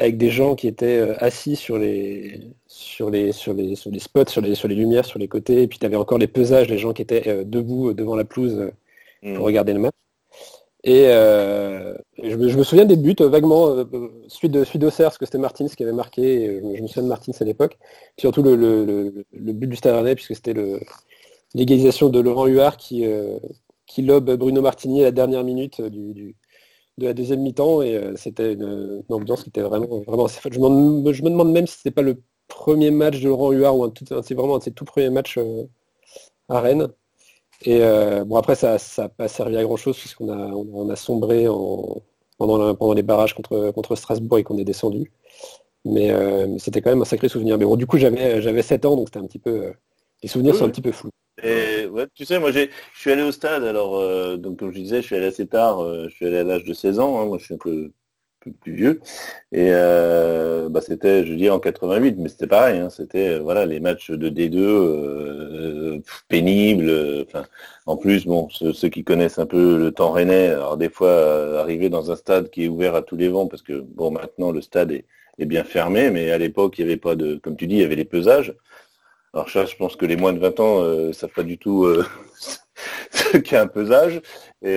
E: avec des gens qui étaient euh, assis sur les, sur, les, sur, les, sur les spots, sur les, sur les lumières, sur les côtés, et puis tu avais encore les pesages, les gens qui étaient euh, debout euh, devant la pelouse euh,
C: Mm.
E: pour regarder le match. Et euh, je, me, je me souviens des buts euh, vaguement, euh, suite de suite d'Auxerre, parce que c'était Martins qui avait marqué, et, euh, je me souviens de Martins à l'époque, puis surtout le, le, le, le but du Stade Rennais, puisque c'était le, l'égalisation de Laurent Huard qui, euh, qui lobe Bruno Martini à la dernière minute du, du, de la deuxième mi-temps, et euh, c'était une, une ambiance qui était vraiment, vraiment assez forte. Je, m'en- je me demande même si c'était pas le premier match de Laurent Huard, ou un tout, c'est vraiment un de ses tout premiers matchs euh, à Rennes. Et euh, bon, après, ça n'a pas servi à grand-chose, puisqu'on a, on, on a sombré en, pendant, la- pendant les barrages contre, contre Strasbourg et qu'on est descendu. Mais, euh, mais c'était quand même un sacré souvenir. Mais bon, du coup, j'avais, j'avais sept ans, donc c'était un petit peu... euh, les souvenirs
C: Oui,
E: sont un
C: oui.
E: petit peu flous.
C: Et ouais, tu sais, moi j'ai, je suis allé au stade, alors euh, donc comme je disais, je suis allé assez tard, euh, je suis allé à l'âge de seize ans, hein, moi je suis un peu plus, plus vieux, et euh, bah, c'était, je dis en quatre-vingt-huit, mais c'était pareil, hein, c'était euh, voilà les matchs de D deux euh, pff, pénibles, euh, enfin en plus bon ceux, ceux qui connaissent un peu le temps rennais, alors des fois euh, arriver dans un stade qui est ouvert à tous les vents, parce que bon maintenant le stade est, est bien fermé, mais à l'époque il n'y avait pas de, comme tu dis, il y avait les pesages. Alors ça, je pense que les moins de vingt ans euh, savent pas du tout euh, ce qu'est un pesage. Et,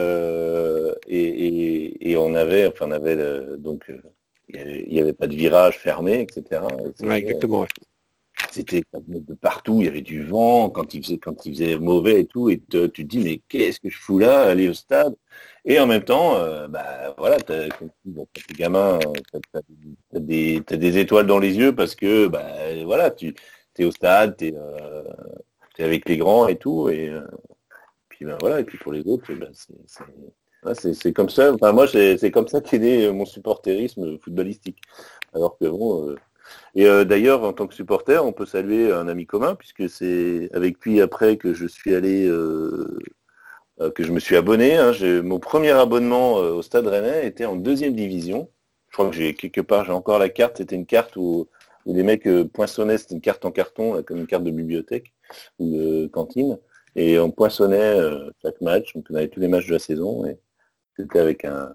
C: euh, et, et, et on avait, enfin on avait le- donc euh, il y avait, il y avait pas de virage fermé, et cetera. Et c'était,
E: Ouais, exactement. Ouais.
C: c'était de partout, il y avait du vent quand il faisait quand il faisait mauvais et tout, et te- tu te dis mais qu'est-ce que je fous là, aller au stade? Et en même temps, euh, bah voilà, t'as, quand bon, quand t'es gamin, euh, t'as, t'as, t'as des t'as des étoiles dans les yeux parce que bah voilà, tu t'es au stade, t'es euh, t'es avec les grands et tout, et euh, puis ben voilà, et puis pour les autres, ben, c'est c'est, ouais, c'est c'est comme ça. Enfin moi c'est c'est comme ça qu'est né mon supporterisme footballistique. Alors que bon. Euh, et euh, d'ailleurs, en tant que supporter, on peut saluer un ami commun, puisque c'est avec lui après que je suis allé, euh, euh, que je me suis abonné. Hein. J'ai, mon premier abonnement euh, au Stade Rennais était en deuxième division. Je crois que j'ai quelque part, j'ai encore la carte. C'était une carte où, où les mecs euh, poinçonnaient, c'était une carte en carton, là, comme une carte de bibliothèque ou de cantine, et on poinçonnait euh, chaque match. Donc on avait tous les matchs de la saison, et c'était avec un,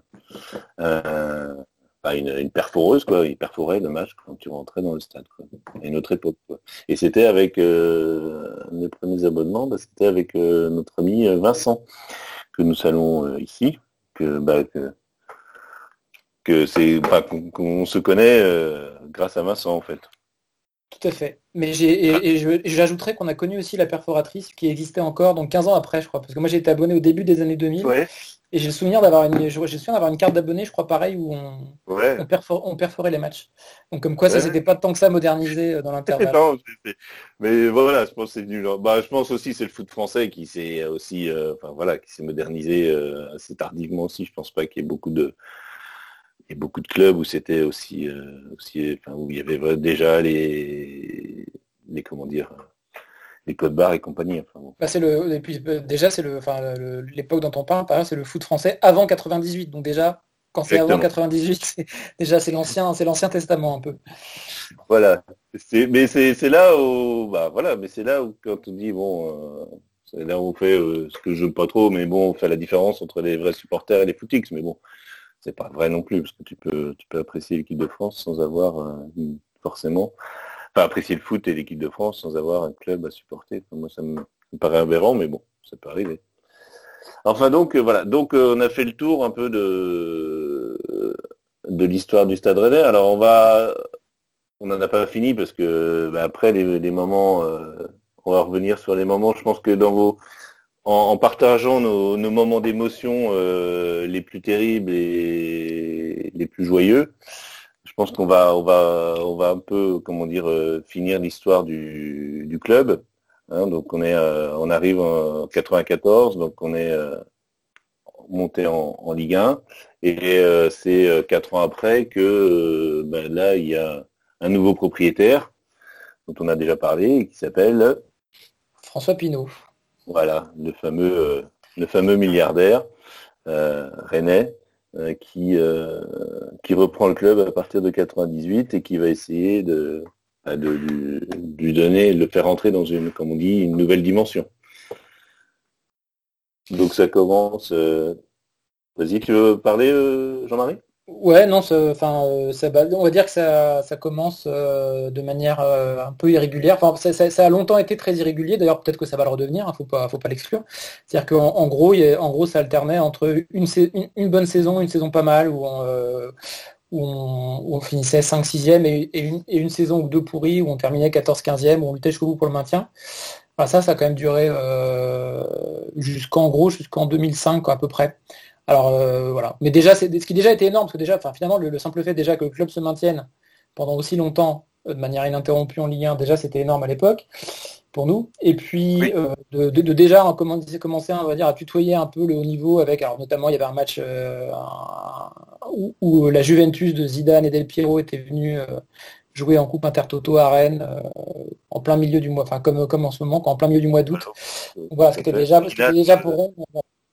C: un Enfin, une, une perforeuse, quoi. Il perforait le match quand tu rentrais dans le stade, quoi. À une autre époque, quoi. Et c'était avec euh, mes premiers abonnements, bah, c'était avec euh, notre ami euh, Vincent, que nous saluons euh, ici, que, bah, que, que c'est bah, qu'on, qu'on se connaît euh, grâce à Vincent, en fait.
D: Tout à fait. Mais j'ai et, et je- et j'ajouterais qu'on a connu aussi la perforatrice qui existait encore, donc quinze ans après, je crois. Parce que moi j'ai été abonné au début des années deux mille.
C: Ouais,
D: Et j'ai le souvenir d'avoir une, j'ai le souvenir d'avoir une carte d'abonné, je crois pareil, où on,
C: ouais.
D: on, perfor- on perforait les matchs. Donc comme quoi ça
C: Ouais.
D: s'était pas tant que ça modernisé euh, dans l'intervalle.
C: Non, c'est- c'est- mais voilà, je pense que c'est nul. Hein. Bah, je pense aussi que c'est le foot français qui s'est aussi, euh, enfin voilà, qui s'est modernisé euh, assez tardivement aussi. Je pense pas qu'il y ait beaucoup de, il y a beaucoup de clubs où c'était aussi, euh, aussi, enfin où il y avait déjà les, les comment dire, les codes barres et compagnie. Enfin, bon.
D: Bah, c'est le, et puis, euh, déjà c'est le, enfin, le- l'époque dont on parle, par exemple, c'est le foot français avant quatre-vingt-dix-huit. Donc déjà, quand c'est avant
C: Exactement.
D: quatre-vingt-dix-huit, c'est, déjà c'est l'ancien, c'est l'ancien testament un peu.
C: Voilà. C'est, mais c'est, c'est là où, bah voilà, mais c'est là où quand on dit bon, euh, c'est là où on fait euh, ce que je veux pas trop, mais bon, on fait la différence entre les vrais supporters et les footix. Mais bon, c'est pas vrai non plus parce que tu peux, tu peux apprécier l'équipe de France sans avoir euh, forcément. Enfin, apprécier le foot et l'équipe de France sans avoir un club à supporter. Enfin, moi, ça me, ça me paraît aberrant, mais bon, ça peut arriver. Enfin, donc, euh, voilà. Donc, euh, on a fait le tour un peu de, de l'histoire du Stade Rennais. Alors, on va, on n'en a pas fini parce que, bah, après, les, les moments, euh, on va revenir sur les moments. Je pense que dans vos, en, en partageant nos, nos moments d'émotion euh, les plus terribles et les plus joyeux, je pense qu'on va, on va, on va un peu, comment dire, euh, finir l'histoire du, du club. Hein, donc on est, euh, on arrive en quatre-vingt-quatorze, donc on est euh, monté en, en Ligue un, et euh, c'est euh, quatre ans après que euh, ben, là il y a un nouveau propriétaire dont on a déjà parlé, qui s'appelle
D: François Pinault.
C: Voilà, le fameux, euh, le fameux milliardaire euh, rennais. Euh, qui, euh, qui reprend le club à partir de quatre-vingt-dix-huit et qui va essayer de, de, de, de lui donner, de le faire entrer dans une, comme on dit, une nouvelle dimension. Donc ça commence. Euh... Vas-y, tu veux parler, euh, Jean-Marie ?
D: Ouais, non, ça, enfin, euh, ça, bah, on va dire que ça, ça commence euh, de manière euh, un peu irrégulière. Enfin, ça, ça- ça a longtemps été très irrégulier. D'ailleurs, peut-être que ça va le redevenir. Hein, faut pas, faut pas l'exclure. C'est-à-dire qu'en en gros, il y a- en gros, ça alternait entre une, sais- une, une bonne saison, une saison pas mal, où on, euh, où on, où on finissait cinq sixième et, et, une, et une saison ou deux pourries, où on terminait quatorze quinzième, où on luttait jusqu'au bout pour le maintien. Enfin, ça, ça a quand même duré euh, jusqu'en gros, jusqu'en deux mille cinq à peu près. Alors euh, voilà. Mais déjà, c'est ce qui déjà était énorme, parce que déjà, enfin, finalement, le, le simple fait déjà que le club se maintienne pendant aussi longtemps, euh, de manière ininterrompue en Ligue un, déjà c'était énorme à l'époque pour nous. Et puis
C: Oui.
D: euh, de, de- de déjà hein, commencer, commencer, on va dire, à tutoyer un peu le haut niveau avec, alors notamment il y avait un match euh, un- où, où la Juventus de Zidane et Del Piero était venue euh, jouer en Coupe Intertoto à Rennes euh, en plein milieu du mois, enfin comme, comme en ce moment, en plein milieu du mois d'août.
C: Alors, euh,
D: Donc voilà, ce
C: tout
D: qui
C: à
D: était
C: fait.
D: déjà, ce qui était
C: Finale,
D: déjà pour
C: euh,
D: Rennes,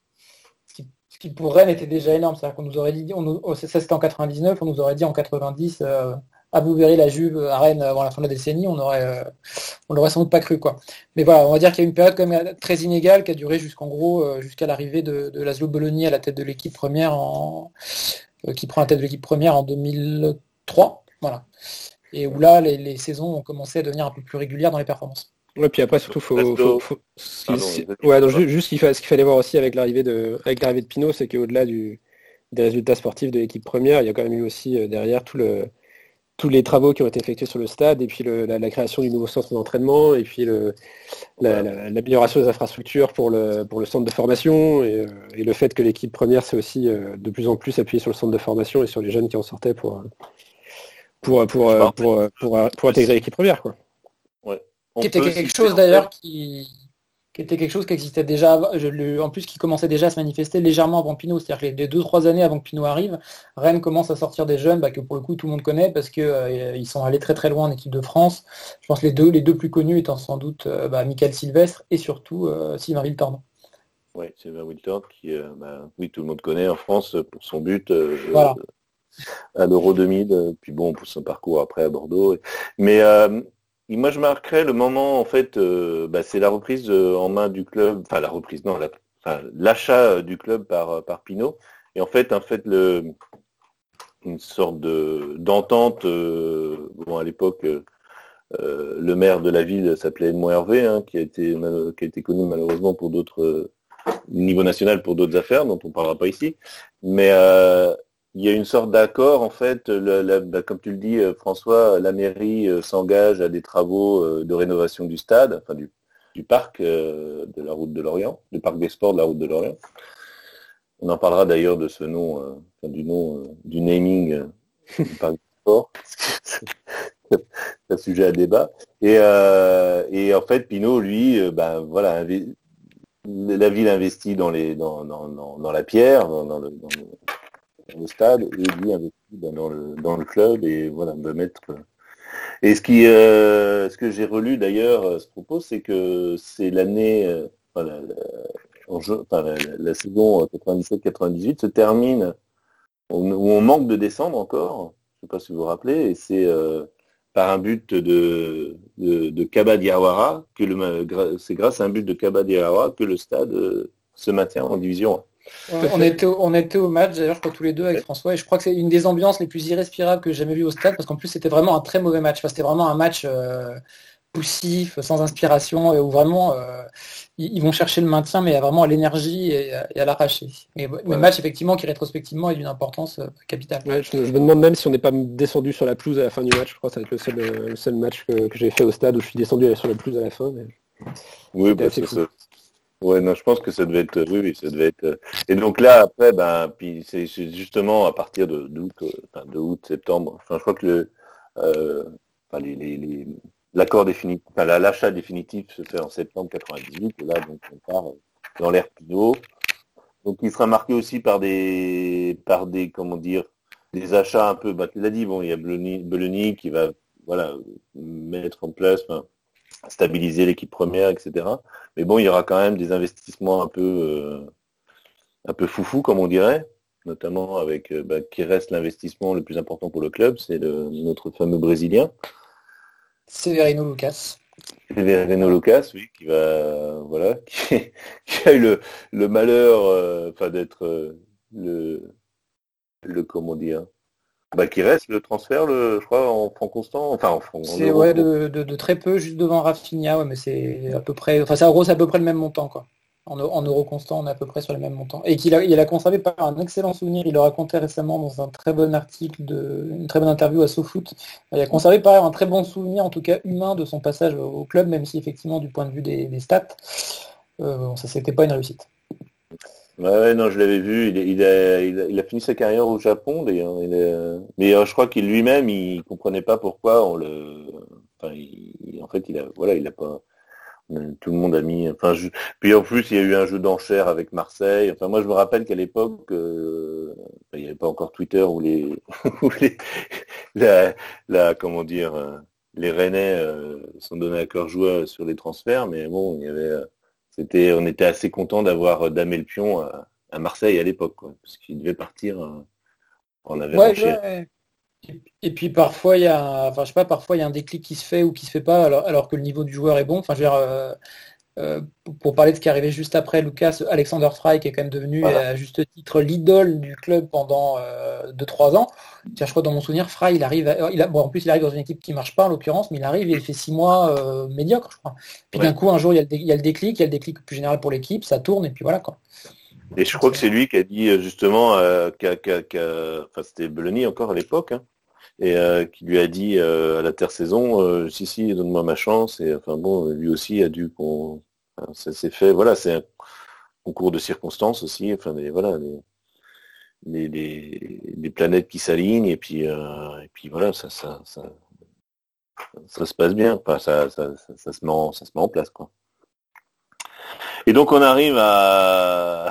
D: ce qui, ce qui pour Rennes était déjà énorme. C'est-à-dire qu'on nous aurait dit, on nous- oh, ça c'était en quatre-vingt-dix-neuf, on nous aurait dit en quatre-vingt-dix, euh, ah vous verrez la Juve à Rennes avant la fin de la décennie, on aurait, euh, on l'aurait sans doute pas cru quoi. Mais voilà, on va dire qu'il y a eu une période quand même très inégale qui a duré jusqu'en gros euh, jusqu'à l'arrivée de, de Laszlo Bologna à la tête de l'équipe première en, euh, qui prend la tête de l'équipe première en deux mille trois, voilà. Et où là les, les saisons ont commencé à devenir un peu plus régulières dans les performances.
E: Ouais, puis après, surtout, faut, faut,
C: Resto,
E: faut- ce qui-
C: pardon,
E: c'est-
C: vas-y,
E: ouais, donc,
C: pardon.
E: ju- juste ce qu'il fa- ce qu'il fallait voir aussi avec l'arrivée de, avec l'arrivée de Pinot, c'est qu'au-delà du, des résultats sportifs de l'équipe première, il y a quand même eu aussi euh, derrière tout le, tous les travaux qui ont été effectués sur le stade, et puis le- la, la création du nouveau centre d'entraînement, et puis le, la-
C: Voilà.
E: la- l'amélioration des infrastructures pour le, pour le centre de formation, et, euh, et le fait que l'équipe première s'est aussi euh, de plus en plus appuyée sur le centre de formation et sur les jeunes qui en sortaient pour, euh, pour, pour, euh,
C: Bah,
E: pour, euh, pour, euh, pour intégrer l'équipe première, quoi.
C: ouais.
D: Qui
C: On
D: était
C: peut
D: quelque
C: citer
D: chose
C: en fait.
D: d'ailleurs qui, qui était quelque chose qui existait déjà, av- je le- en plus qui commençait déjà à se manifester légèrement avant Pinot, c'est-à-dire que les, les deux trois années avant que Pinot arrive, Rennes commence à sortir des jeunes bah, que pour le coup tout le monde connaît parce que euh, ils sont allés très très loin en équipe de France. Je pense les deux les deux plus connus étant sans doute euh, bah, Michael Sylvestre et surtout euh, Sylvain Wiltord.
C: Ouais, c'est Sylvain Wiltord qui, euh, bah, oui, tout le monde connaît en France pour son but euh,
D: Voilà.
C: à l'Euro deux mille, euh, puis bon, pour son parcours après à Bordeaux. Mais euh, moi, je marquerais le moment, en fait, euh, bah, c'est la reprise euh, en main du club, enfin la reprise, non, la- enfin, l'achat euh, du club par, euh, par Pinot. Et en fait, en fait, le, une sorte de d'entente. Euh, bon, à l'époque, euh, euh, le maire de la ville s'appelait Edmond Hervé, hein, qui a été mal- qui a été connu malheureusement pour d'autres euh, niveau national pour d'autres affaires dont on ne parlera pas ici. Mais euh, il y a une sorte d'accord, en fait, le- la- bah, comme tu le dis, euh, François, la mairie euh, s'engage à des travaux euh, de rénovation du stade, enfin du, du parc euh, de la route de Lorient, du parc des sports de la route de Lorient. On en parlera d'ailleurs de ce nom, euh, enfin, du nom, euh, du naming euh, du parc des sports. C'est un sujet à débat. Et, euh, et en fait, Pinot, lui, euh, ben voilà, invi- la ville investit dans les dans, dans, dans, dans la pierre, dans, dans, le, dans, le, dans le stade, et lui investit ben, dans le dans le club et voilà, va mettre. Et ce qui euh, ce que j'ai relu d'ailleurs à ce propos, c'est que c'est l'année, euh, enfin, la, la, en jeu, enfin, la, la saison quatre-vingt-dix-sept quatre-vingt-dix-huit se termine où où on manque de descendre encore. Je sais pas si vous vous rappelez, et c'est euh, par un but de, de, de Kaba Diawara, que le, c'est grâce à un but de Kaba Diawara que le stade euh, se maintient en division
D: On, on était au, on était au match d'ailleurs je crois tous les deux avec François et je crois que c'est une des ambiances les plus irrespirables que j'ai jamais vues au stade parce qu'en plus c'était vraiment un très mauvais match. Enfin, c'était vraiment un match euh, poussif, sans inspiration et où vraiment euh, ils, ils vont chercher le maintien mais vraiment à l'énergie et, à- et à l'arracher. Mais, mais
C: Ouais.
D: match effectivement qui rétrospectivement est d'une importance euh, capitale.
E: Ouais, je, je me demande même si on n'est pas descendu sur la pelouse à la fin du match. Je crois que ça va être le seul, euh, le seul match que, que j'ai fait au stade où je suis descendu sur la pelouse à la fin. Mais
C: Oui,
E: c'était
C: bah,
E: assez
C: ça,
E: fou.
C: ça- ouais, non, je pense que ça devait être, oui, oui, ça devait être. euh, Et donc là, après, ben, puis c'est c'est justement à partir de d'août, euh, enfin, de août, septembre. Enfin, je crois que le, euh, enfin, les, les, les- l'accord définitif, enfin, la- l'achat définitif se fait en septembre quatre-vingt-dix-huit. Et là, donc, on part euh, dans l'ère Pinot. Donc, il sera marqué aussi par des, par des, comment dire, des achats un peu. Bah, tu l'as dit, bon, il y a Beloni, Beloni qui va, voilà, mettre en place. Enfin, stabiliser l'équipe première, et cetera. Mais bon, il y aura quand même des investissements un peu, euh, un peu foufou, comme on dirait, notamment avec euh, bah, qui reste l'investissement le plus important pour le club, c'est le, notre fameux Brésilien,
D: Severino Lucas.
C: Severino Lucas, oui, qui va, voilà, qui, qui a eu le, le malheur, euh, enfin d'être euh, le le comment dire, bah, qui reste le transfert, le, je crois, en franc constant, enfin en franc.
D: C'est ouais, de, de, de très peu, juste devant Rafinha, ouais, mais c'est à peu près, enfin, ça c'est à peu près le même montant, quoi. En, en euros constants, on est à peu près sur le même montant. Et qu'il a, il a conservé par un excellent souvenir, il le racontait récemment dans un très bon article, de, une très bonne interview à SoFoot. Il a conservé par un très bon souvenir, en tout cas humain, de son passage au club, même si effectivement, du point de vue des, des stats, euh, bon, ça c'était pas une réussite.
C: Ouais, ouais, non, je l'avais vu. Il, il, a, il, a, il a fini sa carrière au Japon, d'ailleurs. Il est... Mais euh, je crois qu'il lui-même, il comprenait pas pourquoi on le. Enfin, il, en fait, il a, voilà, il a pas. Tout le monde a mis. Enfin, je... puis en plus, il y a eu un jeu d'enchères avec Marseille. Enfin, moi, je me rappelle qu'à l'époque, euh... il n'y avait pas encore Twitter où les, où les, la, la, comment dire, les Rennais euh, sont donnés à cœur joie sur les transferts. Mais bon, il y avait. C'était, on était assez content d'avoir damé le pion à, à Marseille à l'époque, quoi, parce qu'il devait partir. Euh, on avait
D: ouais,
C: ranché.
D: Ouais. Et puis parfois il y a, enfin je sais pas, parfois il y a un déclic qui se fait ou qui se fait pas, alors, alors que le niveau du joueur est bon. Enfin, je veux dire, euh, euh, pour parler de ce qui est arrivé juste après, Lucas, Alexander Frey, qui est quand même devenu voilà. à juste titre l'idole du club pendant euh, deux trois ans. Tiens, je crois dans mon souvenir, Frey, il arrive, à, il a, bon en plus il arrive dans une équipe qui marche pas en l'occurrence, mais il arrive et il fait six mois euh, médiocre, je crois. Puis ouais. d'un coup un jour il y, a le, il y a le déclic, il y a le déclic plus général pour l'équipe, ça tourne et puis voilà quoi.
C: Et je crois que c'est lui qui a dit justement, euh, qu'a, qu'a, qu'a, enfin c'était Beloni encore à l'époque, hein, et euh, qui lui a dit euh, à l'intersaison, euh, si si, donne-moi ma chance. Et enfin bon, lui aussi a dû qu'on, enfin, ça s'est fait, voilà, c'est un concours de circonstances aussi. Enfin des, voilà, les, les, les, les planètes qui s'alignent et puis euh, et puis voilà, ça ça ça, ça se passe bien. Enfin ça ça, ça ça se met en, ça se met en place quoi. Et donc on arrive à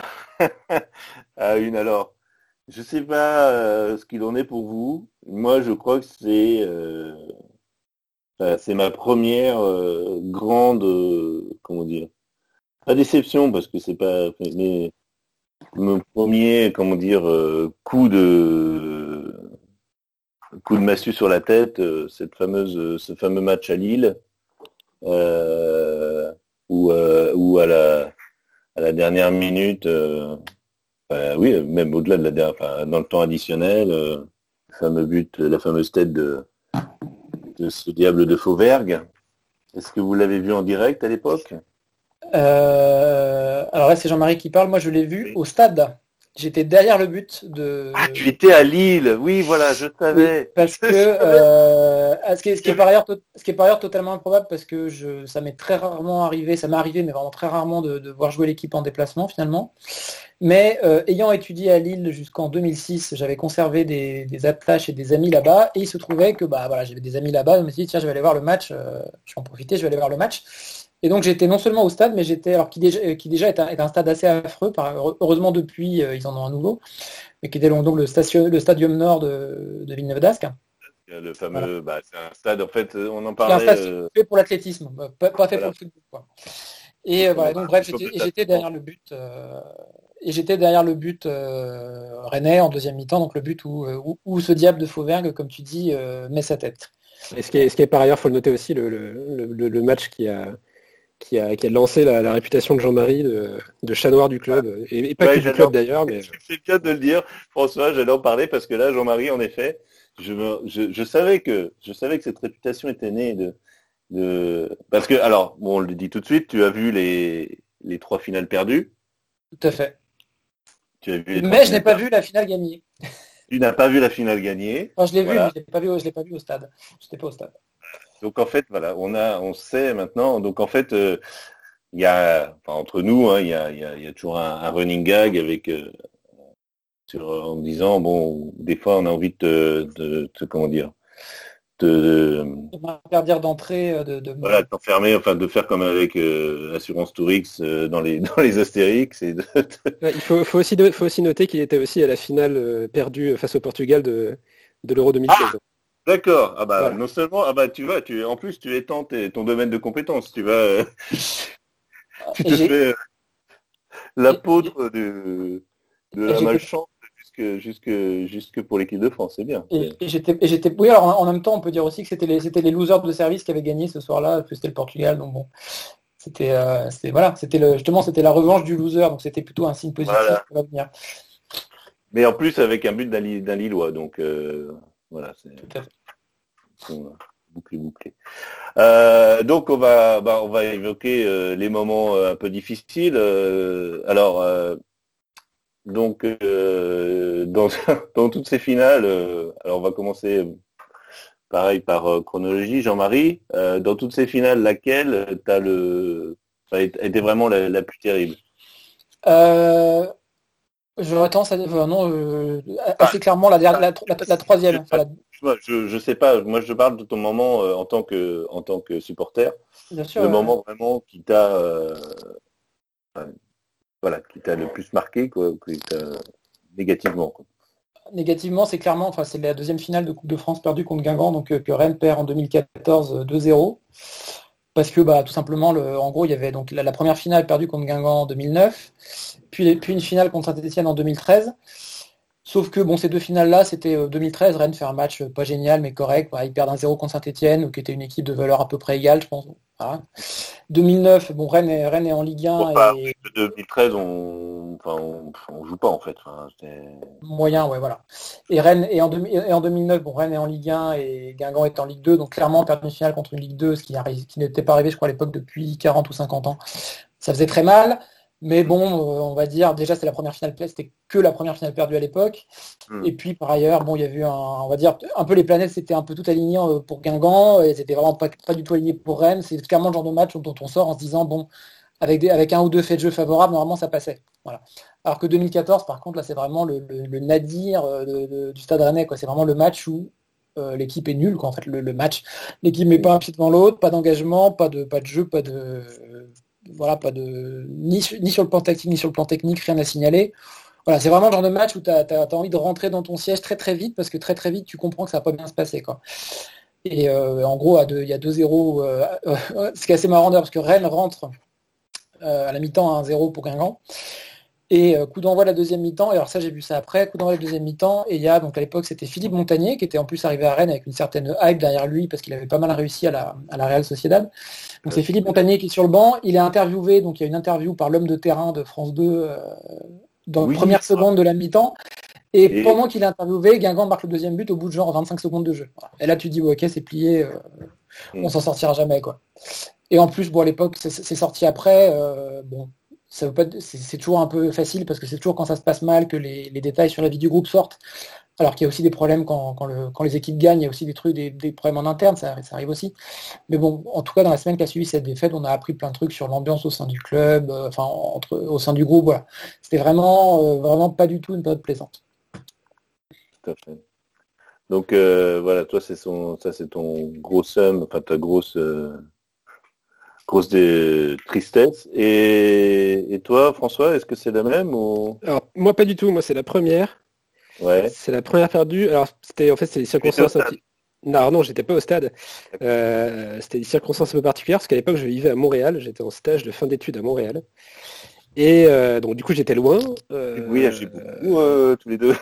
C: à une alors. Je sais pas euh, ce qu'il en est pour vous. Moi, je crois que c'est euh, euh, c'est ma première euh, grande euh, comment dire, pas déception parce que c'est pas, mais mon premier comment dire euh, coup de coup de massue sur la tête, euh, cette fameuse ce fameux match à Lille euh, où euh, où à la à la dernière minute. Euh, Euh, oui, même au-delà de la dernière, enfin, dans le temps additionnel, euh, le fameux but, la fameuse tête de, de ce diable de Fauvergue. Est-ce que vous l'avez vu en direct à l'époque ?
D: euh, Alors là, c'est Jean-Marie qui parle. Moi, je l'ai vu oui. au stade. J'étais derrière le but de.
C: Ah, tu étais à Lille. Oui, voilà, je savais.
D: Oui, parce que euh, ce, qui est, ce, qui est par ailleurs, ce qui est par ailleurs totalement improbable, parce que je, ça m'est très rarement arrivé, ça m'est arrivé, mais vraiment très rarement de, de voir jouer l'équipe en déplacement finalement. Mais euh, ayant étudié à Lille jusqu'en deux mille six, j'avais conservé des, des attaches et des amis là-bas, et il se trouvait que bah voilà, j'avais des amis là-bas, je me suis dit tiens, je vais aller voir le match, euh, je vais en profiter, je vais aller voir le match. Et donc j'étais non seulement au stade, mais j'étais, alors qui déjà, qui déjà est, un, est un stade assez affreux, par, heureusement depuis euh, ils en ont un nouveau, mais qui était donc le, station, le stadium nord de, de Villeneuve-d'Ascq.
C: Le fameux, voilà. Bah, c'est un stade, en fait, on en
D: C'est
C: parlait.
D: un stade euh... fait pour l'athlétisme, pas, pas fait voilà. pour le football. Quoi. Et euh, voilà, donc bref, j'étais, et j'étais derrière le but, euh, et j'étais derrière le but euh, rennais en deuxième mi-temps, donc le but où, où, où ce diable de Fauvergue, comme tu dis, euh, met sa tête.
E: Et ce qui est, ce qui est par ailleurs, il faut le noter aussi, le, le, le, le match qui a, qui a, qui a lancé la, la réputation de Jean-Marie de, de chat noir du club, ah. et, et pas ouais, que du club d'ailleurs. Mais...
C: C'est bien de le dire, François, j'allais en parler parce que là, Jean-Marie, en effet, je, me, je, je, savais que, je savais que cette réputation était née de... de... Parce que, alors, bon, on le dit tout de suite, tu as vu les, les trois finales perdues.
D: Tout à fait.
C: Tu as vu les
D: mais je n'ai pas vu la finale gagnée.
C: Tu n'as pas vu la finale gagnée.
D: Enfin, je l'ai voilà. vu, mais je l'ai pas vu, je l'ai pas vu au stade. Je n'étais pas au stade.
C: Donc en fait, voilà, on a, on sait maintenant. Donc en fait, il euh, y a, enfin, entre nous, il hein, y, a, y, a, y a toujours un, un running gag avec, euh, sur, en disant bon, des fois, on a envie de, de, de comment dire, de,
D: de m'interdire d'entrer, de, de
C: voilà, de t'enfermer, enfin, de faire comme avec euh, Assurance Tourix euh, dans les dans les Astérix. Et de, de...
E: Ouais, il faut, faut aussi, faut aussi noter qu'il était aussi à la finale euh, perdue face au Portugal de, de l'Euro deux mille seize.
C: Ah D'accord. Ah bah voilà. Non seulement, ah bah tu vas, tu en plus tu étends tes, ton domaine de compétences. Tu vas, euh, tu te fais euh, l'apôtre de, de la malchance jusque jusque jusque pour l'équipe de France. C'est bien.
D: Et, et j'étais, et j'étais, oui. Alors en, en même temps, on peut dire aussi que c'était les, c'était les losers de service qui avaient gagné ce soir-là, que c'était le Portugal. Donc bon, c'était, euh, c'était voilà, c'était le, justement, c'était la revanche du loser. Donc c'était plutôt un signe positif voilà. pour l'avenir.
C: Mais en plus avec un but d'un, d'un Lillois, donc euh, voilà, c'est bouclé, bouclé. Euh, donc on va, bah, on va évoquer euh, les moments euh, un peu difficiles. Euh, alors, euh, donc euh, dans, dans toutes ces finales, euh, alors on va commencer pareil par euh, chronologie. Jean-Marie, euh, dans toutes ces finales, laquelle t'as le, a été vraiment la, la plus terrible?
D: Euh, J'aurais tendance à dire euh, non, euh, assez clairement la, la, la, la, la troisième. Enfin, la...
C: Je je sais pas. Moi, je parle de ton moment euh, en tant que en tant que supporter.
D: Bien sûr.
C: Le
D: ouais.
C: moment vraiment qui t'a euh, enfin, voilà, qui t'a le plus marqué, quoi, qui t'a négativement. Quoi.
D: Négativement, c'est clairement, enfin, c'est la deuxième finale de Coupe de France perdue contre Guingamp, donc euh, que Rennes perd en deux mille quatorze deux zéro. Parce que bah tout simplement, le, en gros, il y avait donc la, la première finale perdue contre Guingamp en deux mille neuf, puis, puis une finale contre Saint-Etienne en deux mille treize. Sauf que bon, ces deux finales-là, c'était euh, deux mille treize, Rennes fait un match euh, pas génial, mais correct. Bah, ils perdent un zéro contre Saint-Etienne, qui était une équipe de valeur à peu près égale, je pense. Voilà. deux mille neuf, bon, Rennes est, Rennes est en Ligue un.
C: Bon, bah,
D: et...
C: deux mille treize, on, enfin, on, on joue pas en fait. Enfin,
D: moyen, ouais, voilà. Et Rennes et en, deux, et en deux mille neuf, bon, Rennes est en Ligue un et Guingamp est en Ligue deux, donc clairement perdre une finale contre une Ligue deux, ce qui, arrive, qui n'était pas arrivé, je crois, à l'époque depuis quarante ou cinquante ans. Ça faisait très mal. Mais bon, euh, on va dire, déjà c'était la première finale, c'était que la première finale perdue à l'époque. Mm. Et puis par ailleurs, bon, il y a eu un, on va dire, un peu les planètes s'étaient un peu toutes alignées pour Guingamp, et c'était vraiment pas, pas du tout aligné pour Rennes. C'est clairement le genre de match dont on sort en se disant, bon, avec, des, avec un ou deux faits de jeu favorables, normalement ça passait. Voilà. Alors que deux mille quatorze, par contre, là c'est vraiment le, le, le nadir de, de, du Stade Rennais, quoi. C'est vraiment le match où euh, l'équipe est nulle, quoi, en fait, le, le match. L'équipe met pas un pied devant l'autre, pas d'engagement, pas de, pas de jeu, pas de... Voilà, pas de ni, ni sur le plan tactique ni sur le plan technique, rien à signaler. Voilà, c'est vraiment le genre de match où tu as envie de rentrer dans ton siège très très vite parce que très très vite tu comprends que ça va pas bien se passer, quoi. Et euh, en gros, il y a deux zéro, euh, euh, ce qui est assez marrant parce que Rennes rentre euh, à la mi-temps à un zéro pour Guingamp. Et euh, coup d'envoi de la deuxième mi-temps, et alors ça j'ai vu ça après, coup d'envoi de la deuxième mi-temps, et il y a donc à l'époque c'était Philippe Montagnier qui était en plus arrivé à Rennes avec une certaine hype derrière lui parce qu'il avait pas mal réussi à la, à la Real Sociedad. Donc c'est Philippe Montagnier qui est sur le banc, il est interviewé, donc il y a une interview par l'homme de terrain de France deux euh, dans oui, les premières secondes de la mi-temps, et, et... pendant qu'il est interviewé, Guingamp marque le deuxième but au bout de genre vingt-cinq secondes de jeu. Voilà. Et là tu dis bon, ok c'est plié, euh, on s'en sortira jamais, quoi. Et en plus bon à l'époque c'est, c'est sorti après, euh, bon. Ça veut pas, c'est, c'est toujours un peu facile parce que c'est toujours quand ça se passe mal que les, les détails sur la vie du groupe sortent. Alors qu'il y a aussi des problèmes quand, quand, le, quand les équipes gagnent, il y a aussi des trucs, des, des problèmes en interne, ça, ça arrive aussi. Mais bon, en tout cas, dans la semaine qui a suivi cette défaite, on a appris plein de trucs sur l'ambiance au sein du club, euh, enfin entre, au sein du groupe. Voilà, c'était vraiment, euh, vraiment pas du tout une période plaisante.
C: Tout à fait. Donc euh, voilà, toi, c'est son, ça, c'est ton gros somme, enfin ta grosse. Euh... Grosse de tristesse. Et, et toi, François, est-ce que c'est la même ou...
E: Alors, moi, pas du tout. Moi, c'est la première.
C: Ouais.
E: C'est la première perdue. Alors, c'était en fait, c'est des circonstances... Un petit... Non, non, j'étais pas au stade. Euh, c'était des circonstances un peu particulières parce qu'à l'époque, je vivais à Montréal. J'étais en stage de fin d'études à Montréal. Et euh, donc, du coup, j'étais loin. Euh,
C: oui, j'ai beaucoup, euh, tous les deux.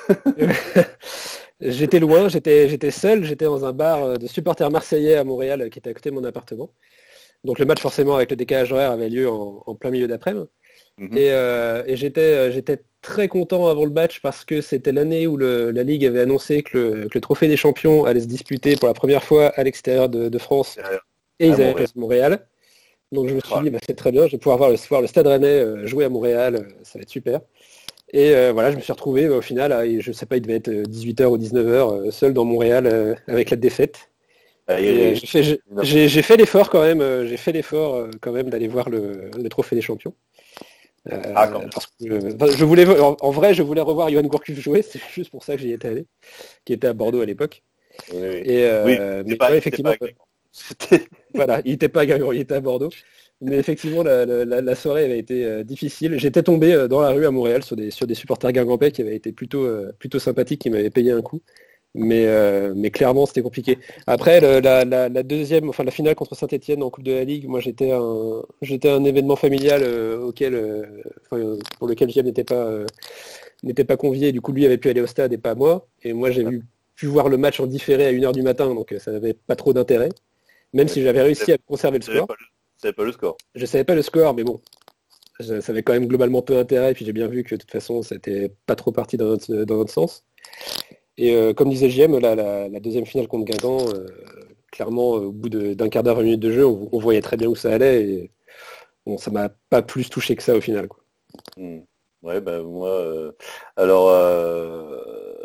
E: J'étais loin, j'étais, j'étais seul. J'étais dans un bar de supporters marseillais à Montréal qui était à côté de mon appartement. Donc le match forcément avec le décalage horaire avait lieu en, en plein milieu d'après-midi. Mmh. Et, euh, et j'étais, j'étais très content avant le match parce que c'était l'année où le, la Ligue avait annoncé que le, que le trophée des champions allait se disputer pour la première fois à l'extérieur de, de France. Et ils avaient choisi Montréal. Donc je me suis dit, bah, c'est très bien, je vais pouvoir voir le, voir le Stade Rennais jouer à Montréal, ça va être super. Et euh, voilà, je me suis retrouvé bah, au final, à, je sais pas, il devait être dix-huit heures ou dix-neuf heures, seul dans Montréal euh, avec la défaite. Ah, et j'ai, fait, j'ai, j'ai, j'ai fait l'effort quand même, euh, j'ai fait l'effort euh, quand même d'aller voir le, le trophée des champions. Euh, ah, parce que, enfin, je voulais, en, en vrai, je voulais revoir Johan Gourcuff jouer, c'est juste pour ça que j'y étais allé, qui était à Bordeaux à l'époque.
C: Oui, oui.
E: Et euh,
C: oui,
E: mais
C: pas,
E: ouais, effectivement, voilà, il n'était pas à Guingamp, il était à Bordeaux. Mais effectivement, la, la, la soirée avait été euh, difficile. J'étais tombé euh, dans la rue à Montréal sur des, sur des supporters guingampais qui avaient été plutôt, euh, plutôt sympathiques, qui m'avaient payé un coup. Mais, euh, mais clairement, c'était compliqué. Après, le, la, la, la deuxième, enfin la finale contre Saint-Etienne en Coupe de la Ligue, moi j'étais un, j'étais un événement familial euh, auquel, euh, enfin, pour lequel J M n'était pas, euh, n'était pas convié. Du coup, lui avait pu aller au stade et pas moi. Et moi, j'ai vu, pu voir le match en différé à une heure du matin, donc ça n'avait pas trop d'intérêt. Même si j'avais réussi à conserver le score.
C: Je savais pas le score.
E: Je savais pas le score, mais bon. ça avait quand même globalement peu d'intérêt, et puis j'ai bien vu que de toute façon, c'était pas trop parti dans notre, dans notre sens. Et euh, comme disait J M, la, la, la deuxième finale contre Guingamp, euh, clairement, au bout de, d'un quart d'heure, vingt minutes de jeu, on, on voyait très bien où ça allait, et bon, ça m'a pas plus touché que ça au final, quoi.
C: Mmh. Ouais, ben moi, euh, alors, euh,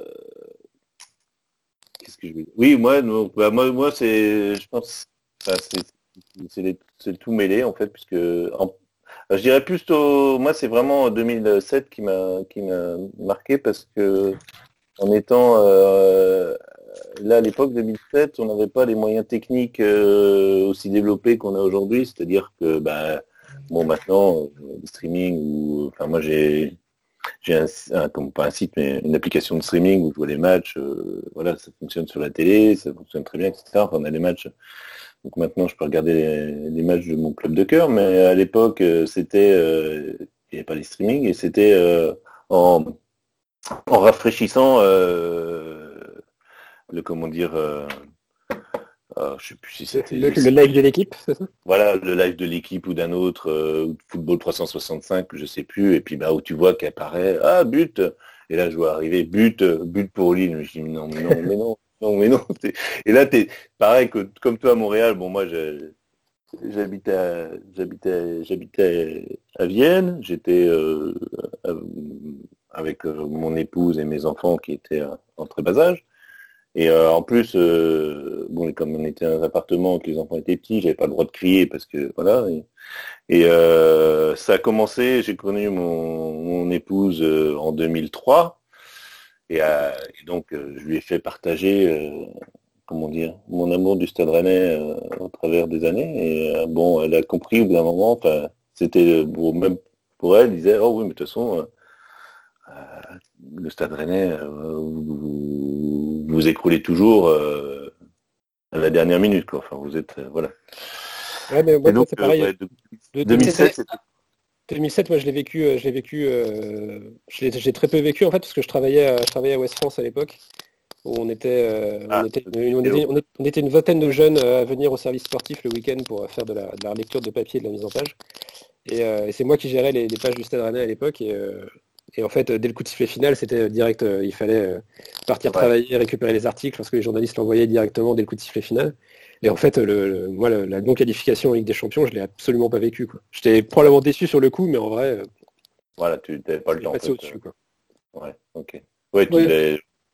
C: qu'est-ce que je veux dire? Oui, moi, donc, bah, moi, moi, c'est, je pense, enfin, c'est, c'est, les- c'est le tout mêlé en fait, puisque, en- je dirais plus au, moi, c'est vraiment deux mille sept qui m'a, qui m'a marqué parce que, en étant euh, là à l'époque deux mille sept, on n'avait pas les moyens techniques euh, aussi développés qu'on a aujourd'hui, c'est-à-dire que, bah, bon, maintenant, euh, le streaming ou, enfin, moi, j'ai j'ai un, un- comme pas un site, mais une application de streaming où je vois les matchs. Euh, voilà, ça fonctionne sur la télé, ça fonctionne très bien, et cetera. Enfin, on a les matchs. Donc maintenant, je peux regarder les, les matchs de mon club de cœur, mais à l'époque, euh, c'était, euh, il n'y avait pas les streamings et c'était euh, en, en rafraîchissant euh, le comment dire. Euh, euh, je sais plus si c'était
E: Le, le live de l'équipe, c'est ça?
C: voilà, le live de l'équipe ou d'un autre, euh, ou de Football trois cent soixante-cinq, je sais plus, et puis bah où tu vois qu'apparaît ah but, et là je vois arriver but, but pour Lille, je dis non mais non mais non non mais non, et là t'es pareil que comme toi à Montréal, bon moi je, j'habitais à, j'habitais j'habitais à Vienne, j'étais euh, avec euh, mon épouse et mes enfants qui étaient euh, en très bas âge. Et euh, en plus, euh, bon, comme on était dans un appartement, que les enfants étaient petits, j'avais pas le droit de crier parce que voilà. Et, et euh, ça a commencé. J'ai connu mon, mon épouse euh, en deux mille trois, et, euh, et donc euh, je lui ai fait partager, euh, comment dire, mon amour du Stade Rennais euh, au travers des années. Et euh, bon, elle a compris au bout d'un moment. Enfin, c'était bon, même pour elle, elle disait oh oui, mais de toute façon. Euh, Euh, le Stade Rennais, euh, vous, vous écroulez toujours euh, à la dernière minute, quoi. Enfin, vous êtes, euh, voilà.
E: Ouais, mais moi,
C: Et donc,
E: c'est
C: euh,
E: pareil.
C: ouais, de-
E: De-
C: deux mille sept, c'était...
E: deux mille sept, moi je l'ai vécu, euh, je l'ai vécu, euh, je l'ai, j'ai très peu vécu en fait parce que je travaillais, à, je travaillais à Ouest France à l'époque, où on était, euh,
C: Ah,
E: on était, une, on était, on était- on était une vingtaine de jeunes euh, à venir au service sportif le week-end pour faire de la, de la lecture de papier et de la mise en page. Et, euh, et c'est moi qui gérais les, les pages du Stade Rennais à l'époque. Et, euh, et en fait, dès le coup de sifflet final, c'était direct, euh, il fallait euh, partir
C: Ouais.
E: travailler, récupérer les articles parce que les journalistes l'envoyaient directement dès le coup de sifflet final. Et en fait, le, le- moi, le- la non-qualification en Ligue des Champions, je l'ai absolument pas vécu, quoi. J'étais probablement déçu sur le coup, mais en vrai, euh,
C: Voilà, tu n'avais pas le
E: j'ai
C: temps. En
E: passé
C: fait.
E: au-dessus, quoi.
C: Ouais, ok. Ouais, tu
D: Oui.
C: l'as-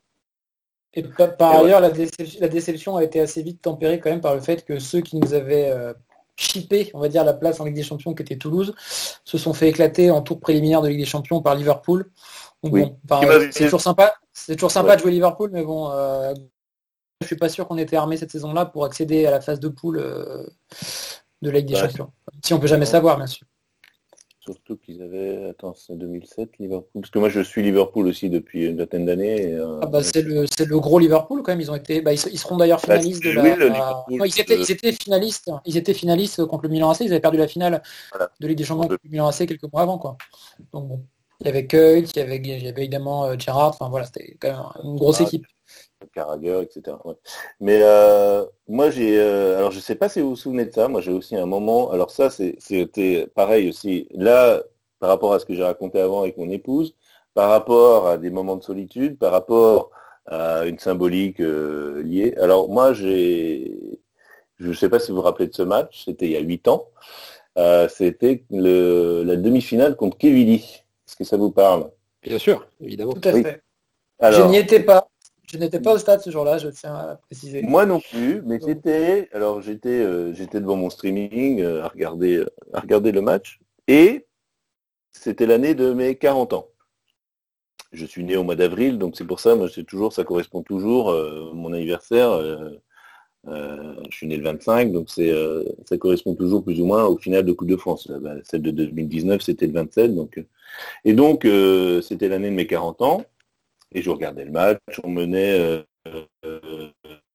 D: Et pa- par
C: Et ouais.
D: ailleurs, la, décep- la déception a été assez vite tempérée quand même par le fait que ceux qui nous avaient euh, chippé, on va dire, la place en Ligue des Champions, qui était Toulouse, se sont fait éclater en tour préliminaire de Ligue des Champions par Liverpool. Donc
C: Oui.
D: bon, enfin,
C: Qui m'avait-
D: c'est toujours sympa, c'est toujours sympa
C: Ouais.
D: de jouer Liverpool, mais bon, euh, je suis pas sûr qu'on était armé cette saison-là pour accéder à la phase de poule euh, de la Ligue des
C: Ouais.
D: Champions. Si on peut jamais
C: Non.
D: savoir, bien sûr.
C: Surtout qu'ils avaient, attends, c'est deux mille sept, Liverpool. Parce que moi, je suis Liverpool aussi depuis une vingtaine d'années. et, euh,
D: Ah bah, c'est le c'est le gros Liverpool quand même. Ils ont été, bah, ils, ils seront d'ailleurs
C: Bah,
D: finalistes de
C: c'est-
D: la.
C: oui, le Liverpool,
D: Non, ils étaient
C: euh,
D: ils étaient finalistes. Ils étaient finalistes contre le Milan A C. Ils avaient perdu la finale
C: Voilà.
D: de Ligue des Champions
C: En deux-
D: contre le Milan A C quelques mois avant, quoi. Donc bon, il y avait Kuyt, il y avait, il y avait évidemment euh, Gerrard. Enfin voilà, c'était quand même une grosse
C: Ah,
D: équipe.
C: Carragher, et cetera. Ouais. Mais euh, moi, j'ai... euh, alors, je sais pas si vous vous souvenez de ça. Moi, j'ai aussi un moment... Alors ça, c'est- c'était pareil aussi. Là, par rapport à ce que j'ai raconté avant avec mon épouse, par rapport à des moments de solitude, par rapport à une symbolique euh, liée. Alors, moi, j'ai... Je ne sais pas si vous vous rappelez de ce match. C'était il y a huit ans. Euh, c'était le, la demi-finale contre Quevilly. Est-ce que ça vous parle?
E: Bien sûr, évidemment.
D: Tout à
C: Oui.
D: fait.
C: Alors,
D: Je n'y étais pas. Je n'étais pas au stade ce jour-là. Je tiens à préciser.
C: moi non plus, mais
D: Donc.
C: j'étais, alors j'étais, euh, j'étais devant mon streaming euh, à regarder, euh, à regarder le match, et c'était l'année de mes quarante ans. Je suis né au mois d'avril, donc c'est pour ça, moi c'est toujours, ça correspond toujours, euh, mon anniversaire. euh, euh, je suis né le vingt-cinq, donc c'est, euh, ça correspond toujours plus ou moins au final de Coupe de France. Là, bah, celle de deux mille dix-neuf, c'était le vingt-sept, donc, euh, et donc euh, c'était l'année de mes quarante ans, et je regardais le match, on menait. Euh, euh,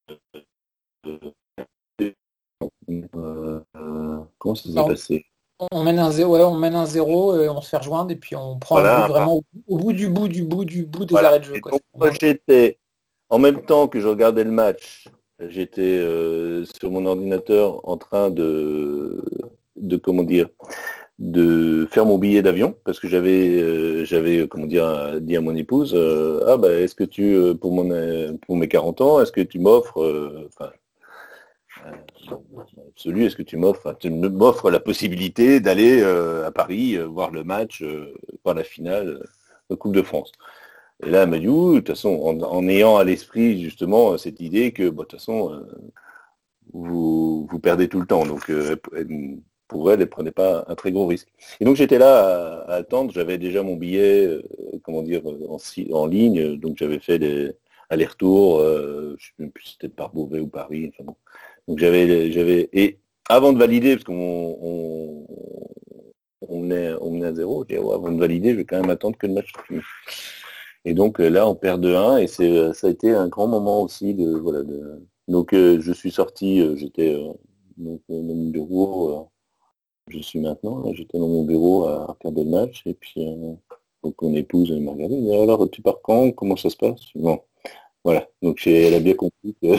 C: Euh, euh, comment ça s'est
D: Non.
C: passé?
D: On mène un zéro, ouais, on mène un zéro, et on se fait rejoindre et puis on prend
C: Voilà,
D: un but
C: un
D: vraiment au, au bout du bout du bout du bout des
C: Voilà.
D: arrêts de jeu.
C: Et
D: Quoi.
C: donc, moi, j'étais, en même temps que je regardais le match, j'étais euh, sur mon ordinateur en train de, de comment dire, de faire mon billet d'avion parce que j'avais euh, j'avais comment dire dit à mon épouse euh, ah bah est-ce que tu euh, pour mon euh, pour mes quarante ans est-ce que tu m'offres euh, enfin euh, absolu est-ce que tu m'offres enfin, tu m'offres la possibilité d'aller euh, à Paris euh, voir le match euh, voir la finale euh, de Coupe de France. Et là elle m'a dit oui, de toute façon en, en ayant à l'esprit justement cette idée que bon, de toute façon euh, vous vous perdez tout le temps donc euh, elle, pour elle, elle ne prenait pas un très gros risque. Et donc j'étais là à, à attendre, j'avais déjà mon billet, euh, comment dire, en, en ligne, donc j'avais fait les allers-retours, euh, je ne sais même plus si c'était par Beauvais ou Paris, enfin bon. Donc j'avais, j'avais, et avant de valider, parce qu'on on, on menait, on menait à zéro, j'ai dit, ouais, avant de valider, je vais quand même attendre que le match soit fini. Et donc là, on perd deux un, et c'est, ça a été un grand moment aussi de, voilà, de, donc euh, je suis sorti, euh, j'étais euh, donc, dans mon bureau. Euh, Je suis maintenant, j'étais dans mon bureau à regarder le match et puis euh, donc mon épouse m'a regardé, elle dit, alors tu pars quand, comment ça se passe? Bon, voilà, donc elle a bien compris que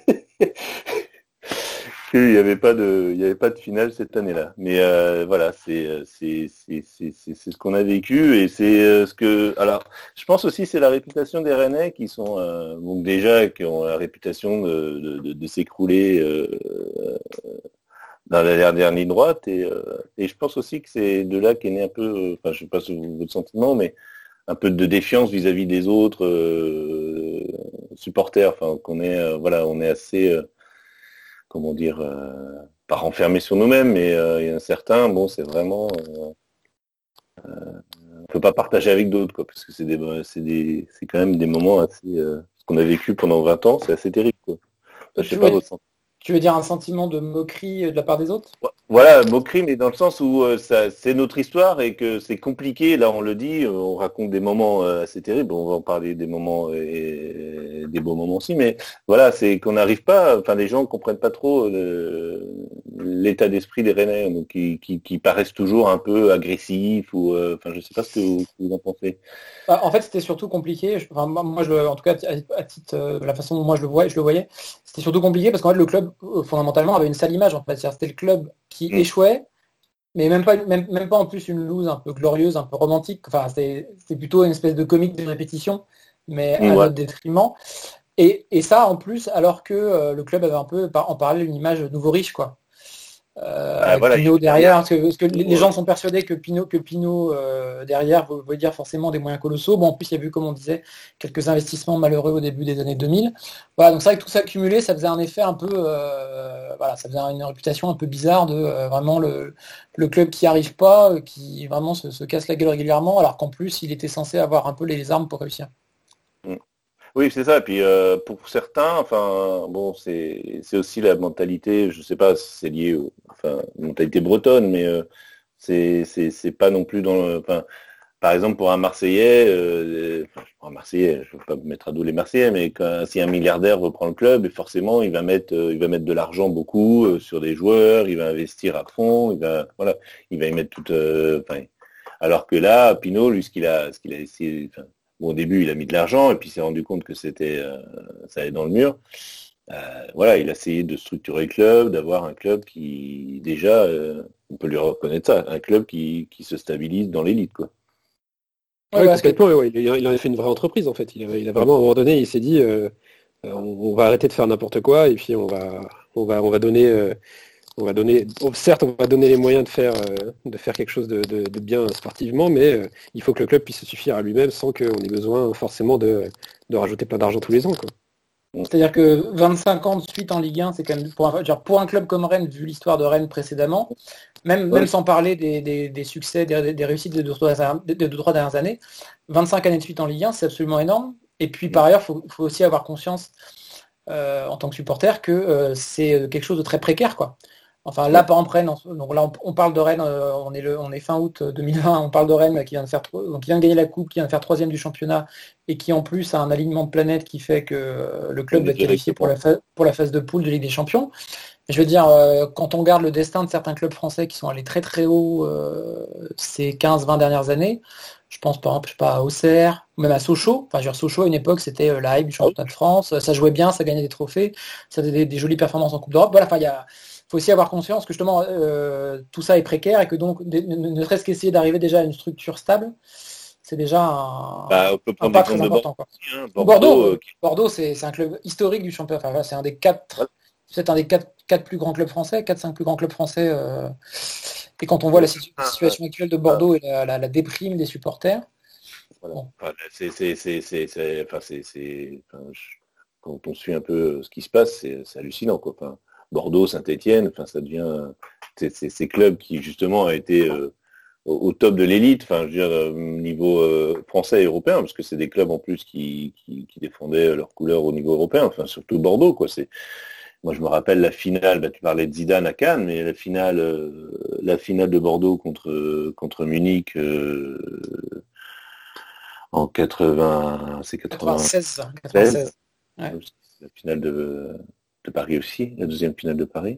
C: qu'il n'y avait pas de il y avait pas de finale cette année-là. Mais euh, voilà, c'est c'est, c'est, c'est, c'est, c'est ce qu'on a vécu et c'est euh, ce que alors je pense aussi c'est la réputation des Rennais qui sont euh, donc déjà qui ont la réputation de, de, de, de s'écrouler euh, dans la dernière ligne droite et, euh, et je pense aussi que c'est de là qu'est né un peu, euh, enfin je sais pas si votre sentiment, mais un peu de défiance vis-à-vis des autres euh, supporters, enfin qu'on est, euh, voilà, on est assez, euh, comment dire, euh, pas renfermés sur nous-mêmes, mais euh, il y en a certains, bon c'est vraiment, euh, euh, on peut pas partager avec d'autres, quoi, parce que c'est des, c'est des, c'est quand même des moments assez, euh, ce qu'on a vécu pendant vingt ans, c'est assez terrible, quoi. Ça, je sais pas votre sentiment.
D: Tu veux dire un sentiment de moquerie de la part des autres?
C: Voilà, moquerie, mais dans le sens où euh, ça, c'est notre histoire et que c'est compliqué. Là, on le dit, on raconte des moments euh, assez terribles. On va en parler des moments et, et des beaux moments aussi, mais voilà, c'est qu'on n'arrive pas. Enfin, les gens ne comprennent pas trop euh, l'état d'esprit des Rennais, donc qui, qui, qui paraissent toujours un peu agressifs ou. Euh, enfin, je sais pas ce que vous, ce que vous en pensez.
D: En fait, c'était surtout compliqué. Enfin, moi, je, en tout cas, à titre, euh, la façon dont moi je le voyais, je le voyais, c'était surtout compliqué parce qu'en fait, le club fondamentalement avait une sale image. En fait, c'était le club qui mmh. échouait, mais même pas, même, même pas en plus une loose un peu glorieuse, un peu romantique. Enfin, c'était, c'était plutôt une espèce de comique de répétition, mais à ouais. notre détriment. Et, et ça, en plus, alors que euh, le club avait un peu en parallèle une image nouveau riche, quoi. Euh, ah, voilà, Pinot derrière, parce que, parce que les, les gens sont persuadés que Pinot, que Pinot euh, derrière veut dire forcément des moyens colossaux. Bon, en plus, il y a eu, comme on disait, quelques investissements malheureux au début des années deux mille. Voilà, donc c'est vrai que tout ça cumulé, ça faisait un effet un peu, euh, voilà, ça faisait une réputation un peu bizarre de euh, vraiment le, le club qui arrive pas, euh, qui vraiment se, se casse la gueule régulièrement, alors qu'en plus, il était censé avoir un peu les, les armes pour réussir.
C: Mm. Oui, c'est ça. Et puis euh, pour certains, enfin bon, c'est c'est aussi la mentalité. Je sais pas, si c'est lié, au, enfin, mentalité bretonne, mais euh, c'est c'est c'est pas non plus dans le. Enfin, par exemple, pour un Marseillais, euh, enfin, un Marseillais, je ne veux pas me mettre à dos les Marseillais, mais quand, si un milliardaire reprend le club, forcément, il va mettre, euh, il va mettre de l'argent beaucoup euh, sur des joueurs, il va investir à fond, il va, voilà, il va y mettre tout. Euh, enfin, alors que là, Pinot, lui, ce qu'il a, ce qu'il a essayé. Enfin, bon, au début, il a mis de l'argent et puis il s'est rendu compte que c'était, euh, ça allait dans le mur. Euh, voilà, il a essayé de structurer le club, d'avoir un club qui, déjà, euh, on peut lui reconnaître ça, un club qui, qui se stabilise dans l'élite, quoi.
E: Ouais, ouais, complètement, que... ouais, il, il en a fait une vraie entreprise, en fait. Il a, il a vraiment, à un moment donné, il s'est dit, euh, on, on va arrêter de faire n'importe quoi et puis on va, on va, on va donner... Euh, On va donner, certes, on va donner les moyens de faire, euh, de faire quelque chose de, de, de bien sportivement, mais euh, il faut que le club puisse se suffire à lui-même sans qu'on ait besoin forcément de, de rajouter plein d'argent tous les ans, quoi.
D: C'est-à-dire que vingt-cinq ans de suite en Ligue un, c'est quand même pour un, genre pour un club comme Rennes, vu l'histoire de Rennes précédemment, même, ouais. même sans parler des, des, des succès, des, des réussites des deux, trois dernières années, vingt-cinq années de suite en Ligue un, c'est absolument énorme. Et puis par ailleurs, il faut, faut aussi avoir conscience euh, en tant que supporter que euh, c'est quelque chose de très précaire, quoi. Enfin là, par exemple, Rennes, donc là on, on parle de Rennes, euh, on, est le, on est fin août deux mille vingt, on parle de Rennes qui vient de faire, donc qui vient de gagner la coupe, qui vient de faire troisième du championnat et qui en plus a un alignement de planète qui fait que euh, le club va être qualifié pour la, fa- pour la phase de poule de Ligue des Champions. Et je veux dire, euh, quand on regarde le destin de certains clubs français qui sont allés très très haut euh, ces quinze vingt dernières années, je pense par exemple, je sais pas, à Auxerre, ou même à Sochaux. Enfin, je veux dire, Sochaux à une époque c'était euh, la hype du championnat de France, ça jouait bien, ça gagnait des trophées, ça faisait des, des jolies performances en Coupe d'Europe. Voilà, enfin il y a faut aussi avoir conscience que justement euh, tout ça est précaire et que donc ne, ne, ne serait-ce qu'essayer d'arriver déjà à une structure stable, c'est déjà un,
C: bah, on peut
D: un
C: prendre
D: pas très
C: l'exemple de
D: important.
C: Bordeaux.
D: Quoi.
C: Hein,
D: Bordeaux,
C: Bordeaux,
D: Bordeaux,
C: euh, qui-
D: Bordeaux c'est, c'est un club historique du championnat. Enfin, c'est un des quatre,
C: Voilà.
D: c'est un des quatre, quatre plus grands clubs français, quatre cinq plus grands clubs français. Euh, et quand on voit la situ- situation actuelle de Bordeaux et la, la, la déprime des supporters.
C: Voilà.
D: Bon.
C: Enfin, c'est, c'est, c'est, c'est, c'est, enfin, c'est, c'est, enfin, je- quand on suit un peu ce qui se passe, c'est, c'est hallucinant, quoi. Enfin, Bordeaux, Saint-Étienne, enfin, ça devient, c'est, c'est, ces clubs qui justement a été euh, au, au top de l'élite, enfin, je veux dire, euh, niveau euh, français et européen, parce que c'est des clubs en plus qui, qui, qui défendaient leurs couleurs au niveau européen, enfin, surtout Bordeaux, quoi. C'est, moi, je me rappelle la finale, bah, tu parlais de Zidane à Cannes, mais la finale, euh, la finale de Bordeaux contre, contre Munich. Euh, en quatre-vingts, c'est
D: quatre-vingt-seize.
C: quatre-vingt-seize,
D: Ouais.
C: la finale de, de Paris aussi, la deuxième finale de Paris.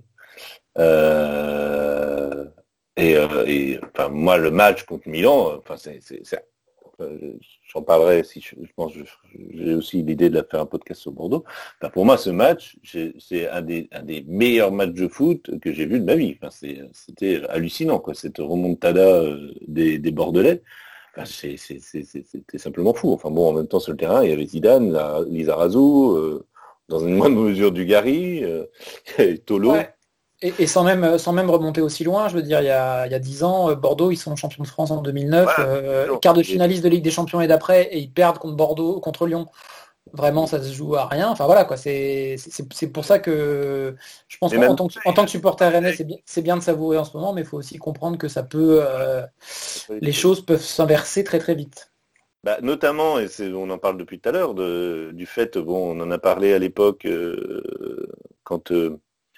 C: Euh, et, euh, et enfin, moi, le match contre Milan, enfin, c'est, c'est, c'est- euh, j'en parlerai si je, je pense, je- j'ai aussi l'idée de la faire un podcast sur Bordeaux. Enfin, pour moi, ce match, j'ai- c'est un des, un des meilleurs matchs de foot que j'ai vu de ma vie. Enfin, c'est, c'était hallucinant, quoi, cette remontada euh, des, des Bordelais. Enfin, c'est, c'est, c'est, c'est- c'était simplement fou. Enfin bon, en même temps, sur le terrain, il y avait Zidane, la- Lizarazu, euh, dans une moindre mesure Dugarry, euh, Tolo.
D: Ouais. Et, et sans même sans même remonter aussi loin, je veux dire, il y a, il y a dix ans, euh, Bordeaux, ils sont champions de France en deux mille neuf,
C: Voilà,
D: euh,
C: toujours.
D: quart de finaliste de Ligue des Champions et d'après, et ils perdent contre Bordeaux, contre Lyon. Vraiment, ça se joue à rien. Enfin voilà quoi, c'est c'est, c'est pour ça que je pense
C: Et
D: qu'en
C: même-
D: en tant que, en tant que supporter rennais, c'est bien, c'est bien de savourer en ce moment, mais il faut aussi comprendre que ça peut, euh, les choses peuvent s'inverser très très vite.
C: Bah, notamment, et c'est, on en parle depuis tout à l'heure, de, du fait, bon, on en a parlé à l'époque euh, quand euh,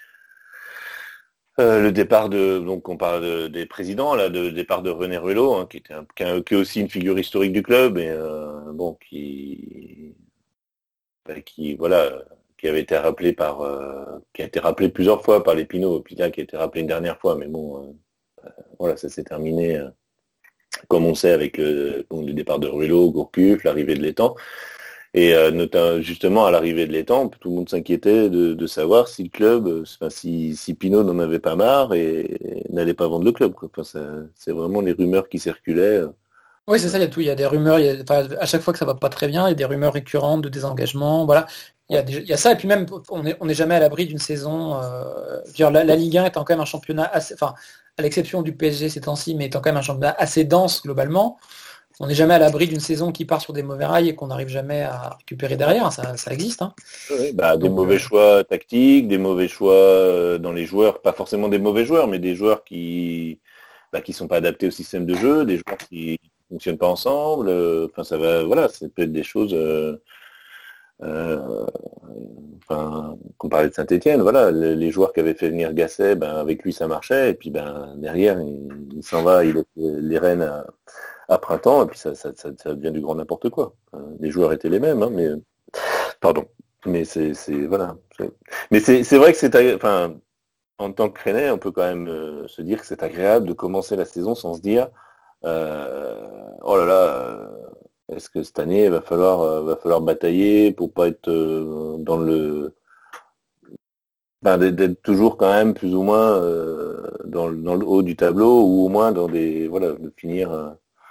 C: euh, le départ de, donc on parle de- des présidents, là, de départ de René Ruello, hein, qui était un, qui, est qui est aussi une figure historique du club, et euh, bon, qui, bah, qui, voilà, qui avait été rappelé par, euh, qui a été rappelé plusieurs fois par les Pinot, puis là, qui a été rappelé une dernière fois, mais bon, euh, voilà, ça s'est terminé. Euh, comme on sait avec le, bon, le départ de Ruello, Gourcuff, l'arrivée de l'étang. Et euh, notamment, justement, à l'arrivée de l'étang, tout le monde s'inquiétait de, de savoir si le club, euh, enfin, si, si Pinot n'en avait pas marre et, et n'allait pas vendre le club. Quoi. Enfin, ça, c'est vraiment les rumeurs qui circulaient.
D: Oui, c'est ça, il y a tout. Il y a des rumeurs, il y a, enfin, à chaque fois que ça va pas très bien, il y a des rumeurs récurrentes de désengagement. Voilà. Il y a, des- il y a ça, et puis même, on n'est on est jamais à l'abri d'une saison. Euh, je veux dire, la, la Ligue un étant quand même un championnat assez, enfin, à l'exception du P S G ces temps-ci, mais étant quand même un championnat assez dense globalement, on n'est jamais à l'abri d'une saison qui part sur des mauvais rails et qu'on n'arrive jamais à récupérer derrière. Ça, ça existe. Hein.
C: Ouais, bah, des
D: Donc,
C: mauvais
D: euh,
C: choix tactiques, des mauvais choix euh, dans les joueurs, pas forcément des mauvais joueurs, mais des joueurs qui bah, qui sont pas adaptés au système de jeu, des joueurs qui fonctionnent pas ensemble. euh, Enfin, ça va, voilà, ça peut être des choses. Euh, euh, enfin, qu'on parlait de Saint-Étienne, voilà, les, les joueurs qui avaient fait venir Gasset, ben avec lui ça marchait, et puis ben derrière il, il s'en va, il laisse les rênes à, à printemps, et puis ça, ça, ça, ça devient du grand n'importe quoi. Enfin, les joueurs étaient les mêmes, hein, mais pardon, mais c'est, c'est voilà, c'est- mais c'est, c'est vrai que c'est, agré- enfin, en tant que Rennais, on peut quand même euh, se dire que c'est agréable de commencer la saison sans se dire, euh, oh là là. euh, est-ce que cette année, il va falloir, euh, va falloir batailler pour pas être euh, dans le, ben, d'être d'être toujours quand même plus ou moins euh, dans, le, dans le haut du tableau ou au moins dans des, voilà, de finir, euh,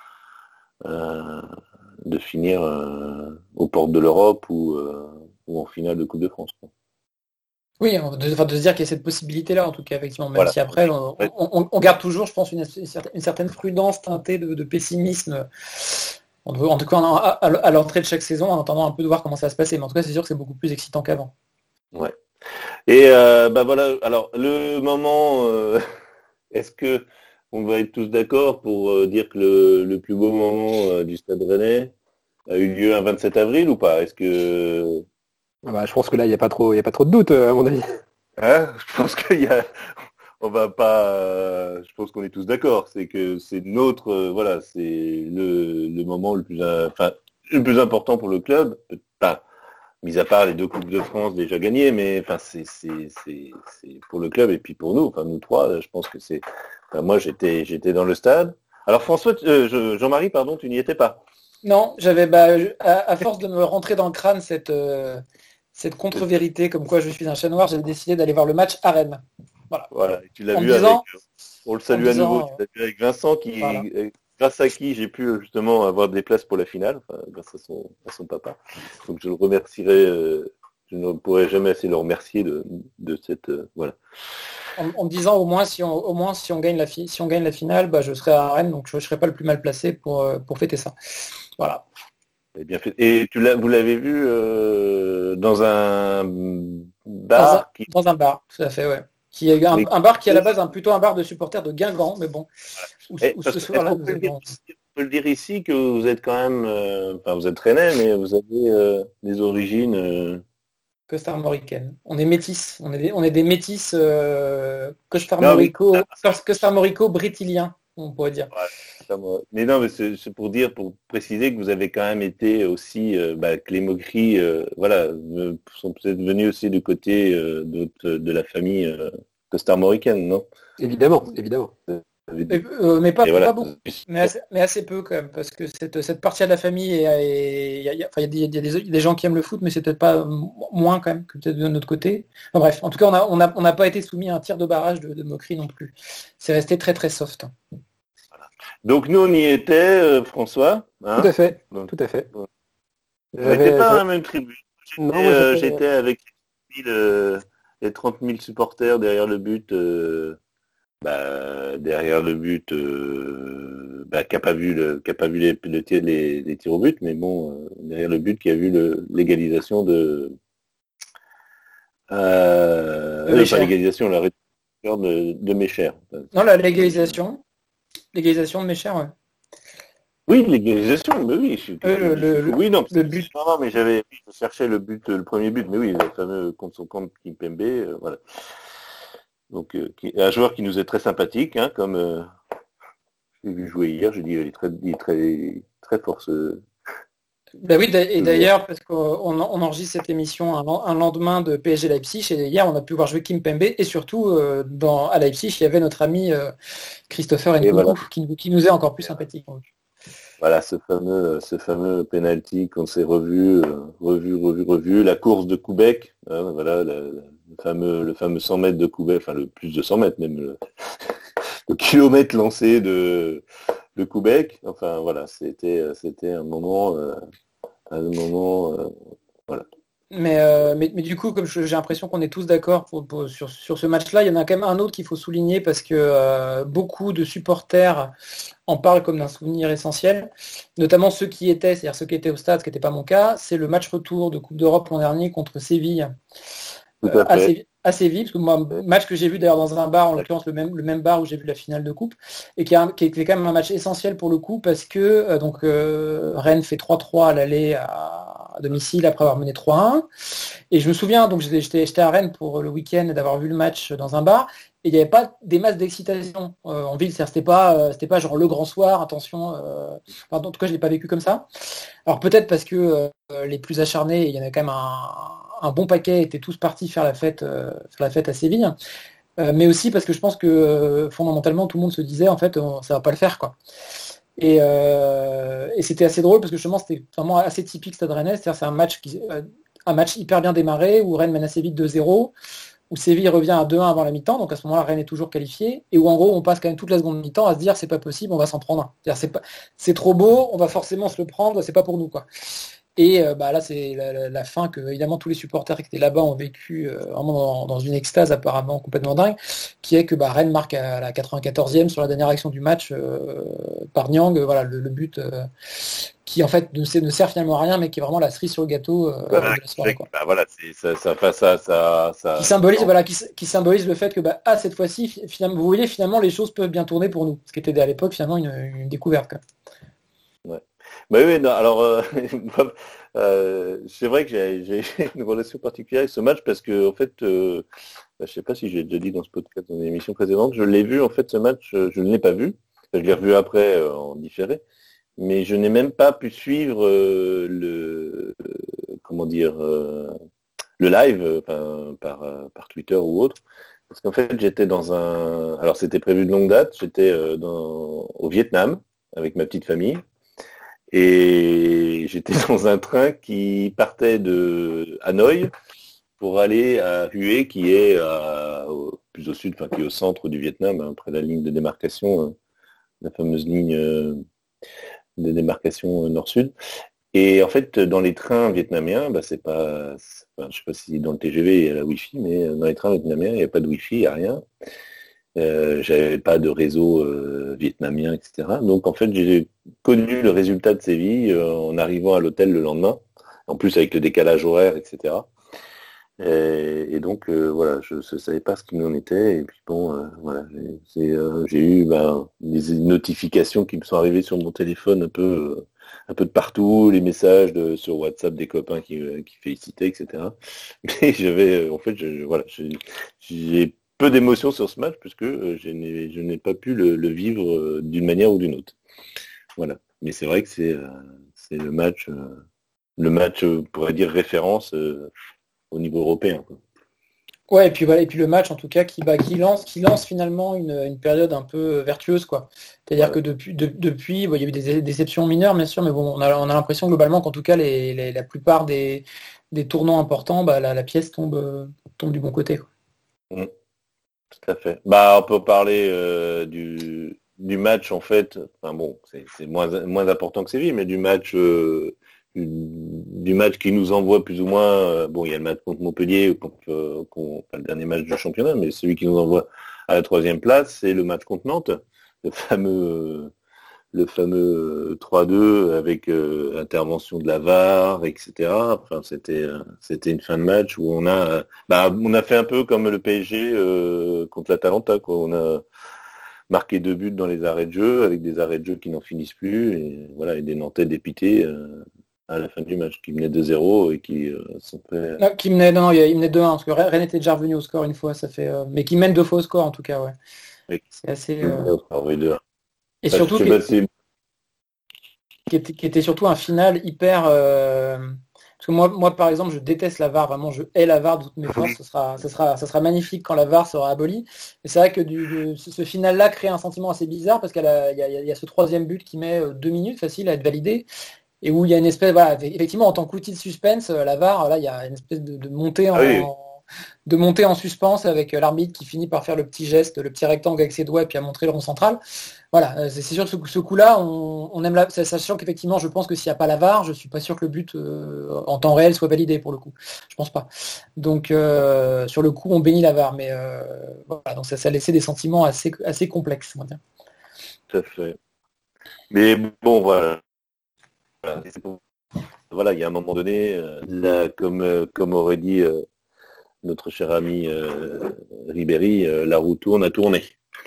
C: euh, de finir euh, aux portes de l'Europe ou, euh, ou en finale de Coupe de France. Quoi.
D: oui, de, enfin, de se dire qu'il y a cette possibilité-là, en tout cas, effectivement, même
C: Voilà.
D: si après, on, on- on garde toujours, je pense, une, une certaine une certaine prudence teintée de, de pessimisme. En tout en tout cas, à, à- à l'entrée de chaque saison, en attendant un peu de voir comment ça va se passer. Mais en tout cas, c'est sûr que c'est beaucoup plus excitant qu'avant.
C: Ouais. Et euh, bah voilà. Alors le moment, euh, est-ce que on va être tous d'accord pour euh, dire que le, le plus beau moment euh, du Stade Rennais a eu lieu un vingt-sept avril ou pas? Est-ce que
E: Ah bah, je pense que là, il n'y a pas trop, il y a pas trop de doute, euh, à mon avis.
C: Hein, je pense qu'il y a, on va pas, euh, je pense qu'on est tous d'accord, c'est que c'est notre, euh, voilà, c'est le, le moment le plus, euh, enfin, le plus important pour le club, pas, mis à part les deux coupes de France déjà gagnées, mais enfin, c'est, c'est, c'est, c'est pour le club et puis pour nous, enfin nous trois, je pense que c'est, enfin, moi j'étais, j'étais dans le stade. Alors François, euh, je- Jean-Marie, pardon, tu n'y étais pas.
D: Non, j'avais, bah, je- à, à force de me rentrer dans le crâne cette, euh, cette contre-vérité, comme quoi je suis un chat noir, j'ai décidé d'aller voir le match à Rennes. Voilà.
C: Voilà. Et tu l'as
D: En
C: vu
D: disant,
C: avec, on le salue à
D: disant,
C: nouveau, tu l'as vu avec Vincent, qui,
D: voilà.
C: grâce à qui j'ai pu justement avoir des places pour la finale, enfin, grâce à son, à son papa. Donc je le remercierai, euh, je ne pourrai jamais assez le remercier de, de cette, euh, voilà.
D: En, en me disant au moins si on, au moins si on gagne la fi- si on gagne la finale, bah, je serai à Rennes, donc je ne serai pas le plus mal placé pour, euh, pour fêter ça. Voilà.
C: Et bien fait. Et tu l'as, vous l'avez vu euh, dans un bar
D: Dans un,
C: qui,
D: dans un bar, tout à fait, ouais. Qui est un,
C: mais-
D: un bar qui est à la base un, plutôt un bar de supporters de Guingamp, mais bon. Où,
C: Eh,
D: où
C: parce
D: ce
C: que, est-ce
D: soir-là,
C: qu'on
D: nous
C: peut le dire
D: avons
C: ici, on peut le dire ici que vous êtes quand même, euh, enfin vous êtes rennais, mais vous avez euh, des origines. euh,
D: costarmoricaine. On est métis, on est des, on est des métis euh,
C: Non, mais
D: costarmorico, costarmorico-brétiliens, on pourrait dire.
C: ouais, ça, moi. Mais non, mais c'est c'est pour dire, pour préciser que vous avez quand même été aussi, euh, bah, que les moqueries, euh, voilà, euh, sont peut-être venues aussi du côté euh, de, de la famille euh, costarmoricaine, non?
E: Évidemment, évidemment.
D: Mais, euh, mais pas,
C: Et voilà.
D: pas beaucoup, mais assez, mais assez peu quand même, parce que cette, cette partie de la famille, il y a, il y a- il y a- enfin, il y a des, il y a des- il y a des gens qui aiment le foot, mais c'est peut-être pas m- moins quand même que peut-être de notre côté. Enfin, bref, en tout cas, on n'a on a, on n'a pas été soumis à un tir de barrage de, de moquerie non plus. C'est resté très très soft.
C: Donc nous on y était, euh, François. Hein,
E: Tout à fait,
C: donc,
E: tout à fait.
C: on
E: J'avais-
C: n'était pas dans
E: j'avais-
C: la même tribu. J'étais
E: Non, moi,
C: euh,
E: j'étais-
C: j'étais avec les, mille, euh, les trente mille supporters derrière le but, euh, bah, derrière le but, euh, bah, qui n'a pas vu, le, qui a pas vu les, le tir- les, les tirs au but, mais bon, euh, derrière le but qui a vu le- l'égalisation de... Euh,
D: De
C: euh,
D: Mécher.
C: pas l'égalisation, la réduction de, de Mécher.
D: Non, la légalisation, légalisation de mes chers, ouais.
C: Oui, l'égalisation, mais oui, je suis,
D: Euh, le-
C: je suis
D: le-
C: fou. Oui, non,
D: le but.
C: non, non, mais j'avais, je cherchais le but, le premier but, mais oui, le fameux contre son camp Kimpembe, euh, voilà. Donc, euh, qui, un joueur qui nous est très sympathique, hein, comme euh, j'ai vu jouer hier, j'ai dit, il est très, il est très, très fort ce.
D: Ben oui, et d'ailleurs, parce qu'on on enregistre cette émission un, un lendemain de P S G Leipzig, et hier on a pu voir jouer Kimpembe, et surtout euh, dans, à Leipzig, il y avait notre ami euh, Christopher Nkunku,
C: voilà.
D: qui, qui nous est encore plus sympathique.
C: Voilà, ce fameux, ce fameux penalty qu'on s'est revu, euh, revu, revu, revu, la course de Koubek, hein, voilà, le, le fameux, le fameux cent mètres de Koubek, enfin le plus de cent mètres même, le, le kilomètre lancé de, de Koubek. Enfin voilà, c'était, c'était un moment, euh, un moment, euh, voilà.
D: Mais, euh, mais, mais du coup, comme je- j'ai l'impression qu'on est tous d'accord pour, pour- sur, sur ce match-là, il y en a quand même un autre qu'il faut souligner parce que euh, beaucoup de supporters en parlent comme d'un souvenir essentiel, notamment ceux qui étaient, c'est-à-dire ceux qui étaient au stade, ce qui n'était pas mon cas, c'est le match retour de Coupe d'Europe l'an dernier contre Séville.
C: Tout
D: Euh,
C: à
D: à
C: fait.
D: Séville, à Séville, parce que moi, match que j'ai vu d'ailleurs dans un bar, en l'occurrence le même, le même bar où j'ai vu la finale de Coupe, et qui, a, qui est quand même un match essentiel pour le coup, parce que euh, donc euh, Rennes fait trois trois à l'aller à, à domicile après avoir mené trois un. Et je me souviens, donc j'étais, j'étais j'étais à Rennes pour le week-end d'avoir vu le match dans un bar, et il n'y avait pas des masses d'excitation euh, en ville, c'est-à-dire c'était pas, euh, c'était pas genre le grand soir, attention, euh, enfin, en tout cas je l'ai pas vécu comme ça. Alors peut-être parce que euh, les plus acharnés, il y en a quand même un, un bon paquet, étaient tous partis faire la fête, euh, faire la fête à Séville, Euh, mais aussi parce que je pense que euh, fondamentalement tout le monde se disait en fait on- ça va pas le faire quoi. Et, euh, et c'était assez drôle parce que justement c'était vraiment assez typique Stade Rennais, c'est-à-dire c'est un match qui, euh, un match hyper bien démarré où Rennes mène assez vite deux zéro, où Séville revient à deux un avant la mi-temps, donc à ce moment-là Rennes est toujours qualifié, et où en gros on passe quand même toute la seconde mi-temps à se dire c'est pas possible, on va s'en prendre un. C'est-à-dire, c'est pas, c'est trop beau, on va forcément se le prendre, c'est pas pour nous quoi. Et euh, bah, là, c'est la, la- la fin que, évidemment, tous les supporters qui étaient là-bas ont vécu euh, vraiment dans, dans une extase apparemment complètement dingue, qui est que bah, Rennes marque à la quatre-vingt-quatorzième sur la dernière action du match euh, par Niang, euh, voilà, le, le but euh, qui en fait ne, sert- ne sert finalement à rien, mais qui est vraiment la cerise sur le gâteau euh,
C: Voilà,
D: de la soirée. Quoi.
C: bah, voilà, c'est, ça, ça, ça, ça, ça, ça-
D: Qui symbolise, voilà, qui, s- qui symbolise le fait que bah, ah, cette fois-ci, fi- finalement, vous voyez, finalement, les choses peuvent bien tourner pour nous, ce qui était à l'époque finalement une, une découverte. Quoi.
C: Bah oui, non, alors euh, moi, euh, c'est vrai que j'ai, j'ai une relation particulière avec ce match parce que en fait, euh, bah, je sais pas si j'ai déjà dit dans ce podcast dans une émission précédente, je l'ai vu en fait ce match, euh, je ne l'ai pas vu, je l'ai revu après euh, en différé, mais je n'ai même pas pu suivre euh, le euh, comment dire euh, le live euh, enfin, par euh, par Twitter ou autre. Parce qu'en fait, j'étais dans un, alors c'était prévu de longue date, j'étais euh, dans... au Vietnam avec ma petite famille. Et j'étais dans un train qui partait de Hanoï pour aller à Hue, qui est à plus au sud, enfin qui est au centre du Vietnam, hein, près de la ligne de démarcation, euh, la fameuse ligne euh, de démarcation euh, nord-sud. Et en fait, dans les trains vietnamiens, bah, c'est pas, c'est pas, je sais pas si dans le T G V il y a la Wi-Fi, mais dans les trains vietnamiens, il n'y a pas de Wi-Fi, il n'y a rien. Euh, j'avais pas de réseau euh, vietnamien, et cetera. Donc en fait, j'ai connu le résultat de Séville euh, en arrivant à l'hôtel le lendemain, en plus avec le décalage horaire, et cetera. Et, et donc euh, voilà, je ne savais pas ce qu'il en était. Et puis bon, euh, voilà, j'ai, euh, j'ai eu ben, des notifications qui me sont arrivées sur mon téléphone un peu, euh, un peu de partout, les messages de, sur WhatsApp des copains qui, euh, qui félicitaient, et cetera. Mais j'avais, euh, en fait, je, voilà, j'ai, j'ai peu d'émotions sur ce match puisque euh, je, n'ai, je n'ai pas pu le, le vivre euh, d'une manière ou d'une autre. Voilà. Mais c'est vrai que c'est, euh, c'est le match, euh, le match, euh, on pourrait dire référence. Euh, au niveau européen. Quoi.
D: Ouais, et puis voilà, et puis le match en tout cas qui, bah, qui lance, qui lance finalement une, une période un peu vertueuse, quoi. C'est-à-dire ouais. que depuis, de, depuis, bon, il y a eu des déceptions mineures, bien sûr, mais bon, on a, on a l'impression globalement qu'en tout cas, les, les, la plupart des, des tournants importants, bah, la, la pièce tombe, tombe du bon côté. Quoi.
C: Mmh. Tout à fait. Bah, on peut parler euh, du, du match en fait. Enfin bon, c'est, c'est moins, moins important que Séville, mais du match. Euh, du match qui nous envoie plus ou moins, euh, bon il y a le match contre Montpellier, contre, euh, contre, enfin, le dernier match du championnat, mais celui qui nous envoie à la troisième place, c'est le match contre Nantes, le fameux, le fameux trois deux avec euh, intervention de la V A R, et cetera. Enfin c'était, euh, c'était une fin de match où on a, euh, bah, on a fait un peu comme le P S G euh, contre l'Atalanta, quoi. On a marqué deux buts dans les arrêts de jeu, avec des arrêts de jeu qui n'en finissent plus, et voilà, et des Nantais dépités. Euh, à la fin du match, qui menait deux zéro et qui euh, sont fait...
D: Non, qui menait, non, non, il menait deux un, parce que Rennes était déjà revenu au score une fois, ça fait, euh, mais qui mène deux fois au score en tout cas, ouais.
C: Oui.
D: C'est assez... Euh...
C: Oui, deux.
D: Et enfin, surtout, qui, est... qui, était, qui était surtout un final hyper... Euh... Parce que moi, moi, par exemple, je déteste la V A R, vraiment, je hais la V A R de toutes mes forces, ce sera, ce sera, ça sera magnifique quand la V A R sera abolie. Et c'est vrai que du, du, ce final-là crée un sentiment assez bizarre, parce qu'il y a, il y a, il y a ce troisième but qui met deux minutes, facile à être validé. Et où il y a une espèce, voilà, effectivement, en tant qu'outil de suspense, la V A R, là, il y a une espèce de, de montée en, ah oui. de montée en suspens avec l'arbitre qui finit par faire le petit geste, le petit rectangle avec ses doigts et puis à montrer le rond central. Voilà, c'est, c'est sûr que ce, ce coup-là, on, on aime la, sachant qu'effectivement, je pense que s'il n'y a pas la V A R, je suis pas sûr que le but euh, en temps réel soit validé pour le coup. Je pense pas. Donc, euh, sur le coup, on bénit la V A R, mais euh, voilà, donc ça, ça a laissé des sentiments assez, assez complexes, on va dire.
C: Tout à fait. Mais bon, voilà. Voilà, il y a un moment donné, euh, là, comme, euh, comme aurait dit euh, notre cher ami euh, Ribéry, euh, la roue tourne à tourner.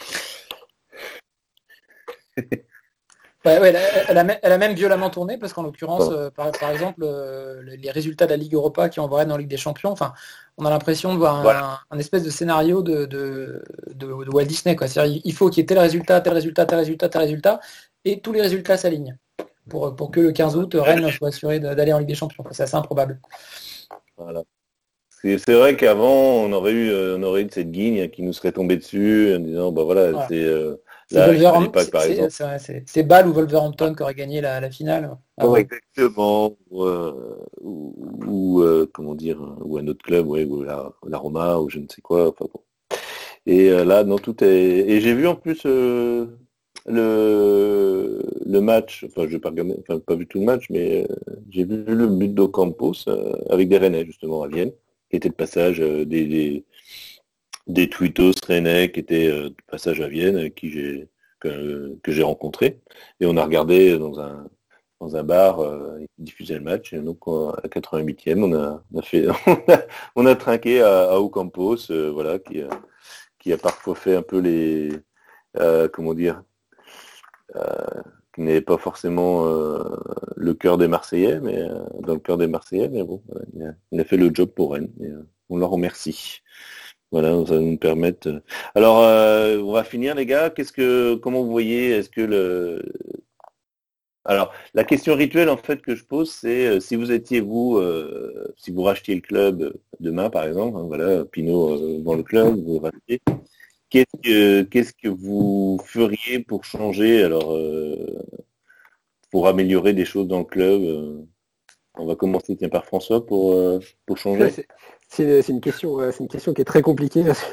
D: ouais, ouais, elle, elle, a, elle a même violemment tourné, parce qu'en l'occurrence, euh, par, par exemple, euh, les résultats de la Ligue Europa qui envoient Rennes en Ligue des Champions, enfin, on a l'impression de voir un, voilà. un, un espèce de scénario de, de, de, de Walt Disney, quoi. C'est-à-dire, il faut qu'il y ait tel résultat, tel résultat, tel résultat, tel résultat, et tous les résultats s'alignent. Pour, pour que le quinze août, Rennes soit assuré d'aller en Ligue des Champions. C'est assez improbable.
C: Voilà. C'est, c'est vrai qu'avant, on aurait eu, on aurait eu cette guigne qui nous serait tombée dessus en disant, bah voilà, voilà. c'est... Euh,
D: c'est, là, Wolverham- pas, par c'est, exemple. C'est, c'est, c'est, c'est Bâle ou Wolverhampton qui aurait gagné la, la finale.
C: Ah, ouais. Exactement. Ou, euh, ou, ou euh, comment dire, ou un autre club, ouais, ou la, la Roma, ou je ne sais quoi. Enfin, bon. Et euh, là, non, tout est... Et j'ai vu en plus... Euh... Le, le match, enfin je n'ai pas, enfin, pas vu tout le match, mais euh, j'ai vu le but d'Ocampos euh, avec des Rennais justement à Vienne, qui était le passage euh, des, des, des tweetos Rennais qui étaient euh, de passage à Vienne, qui j'ai, que, que j'ai rencontré. Et on a regardé dans un, dans un bar euh, qui diffusait le match. Et donc à la quatre-vingt-huitième, on a, on a, fait, on a, on a trinqué à, à Ocampos, euh, voilà, qui a, qui a parfois fait un peu les... Euh, comment dire Euh, qui n'est pas forcément euh, le cœur des Marseillais, mais euh, dans le cœur des Marseillais, mais bon, voilà, il, a, il a fait le job pour Rennes, et euh, on leur remercie. Voilà, ça va nous permettre. Alors, euh, on va finir, les gars. Qu'est-ce que, comment vous voyez, est-ce que le, alors la question rituelle en fait que je pose, c'est euh, si vous étiez vous, euh, si vous rachetiez le club demain, par exemple, hein, voilà, Pinot euh, dans le club, vous rachetez. Qu'est-ce que, qu'est-ce que vous feriez pour changer, alors, euh, pour améliorer des choses dans le club euh, On va commencer tiens, par François pour, euh, pour changer.
E: C'est, c'est, c'est, une question, c'est une question qui est très compliquée.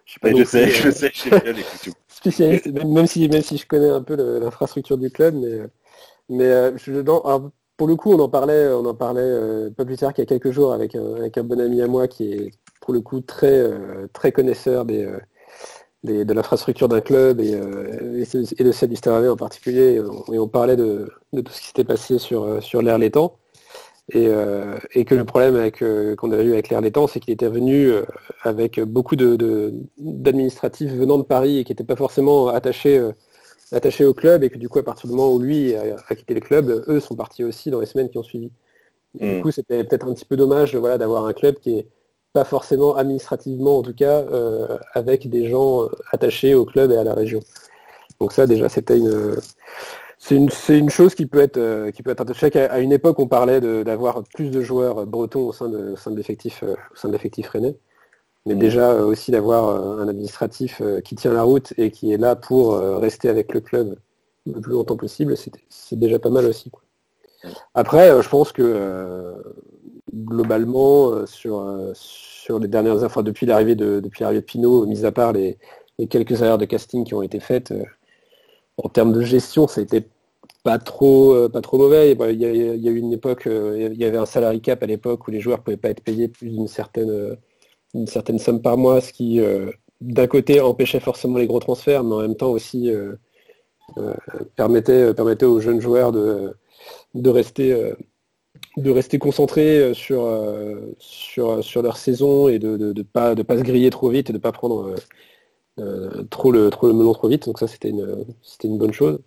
E: Je suis pas
C: Ouais,
E: non
C: je sais,
E: plus,
C: je
E: euh,
C: sais, je sais bien les coups.
E: spécialiste, même, même si même si je connais un peu le- l'infrastructure du club, mais mais euh, je, dans- alors, pour le coup, on en parlait, on en parlait euh, pas plus tard qu'il y a quelques jours avec un, avec un bon ami à moi qui est pour le coup très euh, très connaisseur des, euh, des- de l'infrastructure d'un club et, euh, et, ce- et de celle du Stade Rennais en particulier. Et on, et on parlait de, de tout ce qui s'était passé sur euh, sur l'Air Létang. Et, euh, et que le problème avec, euh, qu'on avait eu avec l'Air Létang, c'est qu'il était venu euh, avec beaucoup de, de- d'administratifs venant de Paris et qui n'étaient pas forcément attachés, euh, attachés au club, et que du coup, à partir du moment où lui a, a quitté le club, eux sont partis aussi dans les semaines qui ont suivi. Et du
C: Mm.
E: coup, c'était peut-être un petit peu dommage, voilà, d'avoir un club qui est pas forcément administrativement, en tout cas, euh, avec des gens euh, attachés au club et à la région. Donc ça, déjà, c'était une, c'est une, c'est une chose qui peut être, euh, qui peut être intéressante. À, à une époque, on parlait de- d'avoir plus de joueurs bretons au sein de, au sein de l'effectif, euh, au sein de l'effectif rennais. Mais
C: Mm.
E: déjà euh, aussi d'avoir euh, un administratif euh, qui tient la route et qui est là pour euh, rester avec le club le plus longtemps possible, c'est, c'est déjà pas mal aussi, quoi. Après, euh, je pense que euh, globalement, euh, sur, euh, sur les dernières enfin depuis l'arrivée de depuis l'arrivée de Pinot, mis à part les, les quelques erreurs de casting qui ont été faites, euh, en termes de gestion, ça a été pas trop, euh, pas trop mauvais. Bon, Il y, a, il y a eu une époque, euh, il y avait un salary cap à l'époque où les joueurs ne pouvaient pas être payés plus d'une certaine, euh, une certaine somme par mois, ce qui, euh, d'un côté, empêchait forcément les gros transferts, mais en même temps aussi euh, euh, permettait, permettait aux jeunes joueurs de, de rester, euh, de rester concentrés sur, euh, sur, sur leur saison et de ne de, de pas, de pas se griller trop vite et de ne pas prendre euh, euh, trop, le, trop le melon trop vite. Donc ça, c'était une, c'était une bonne chose.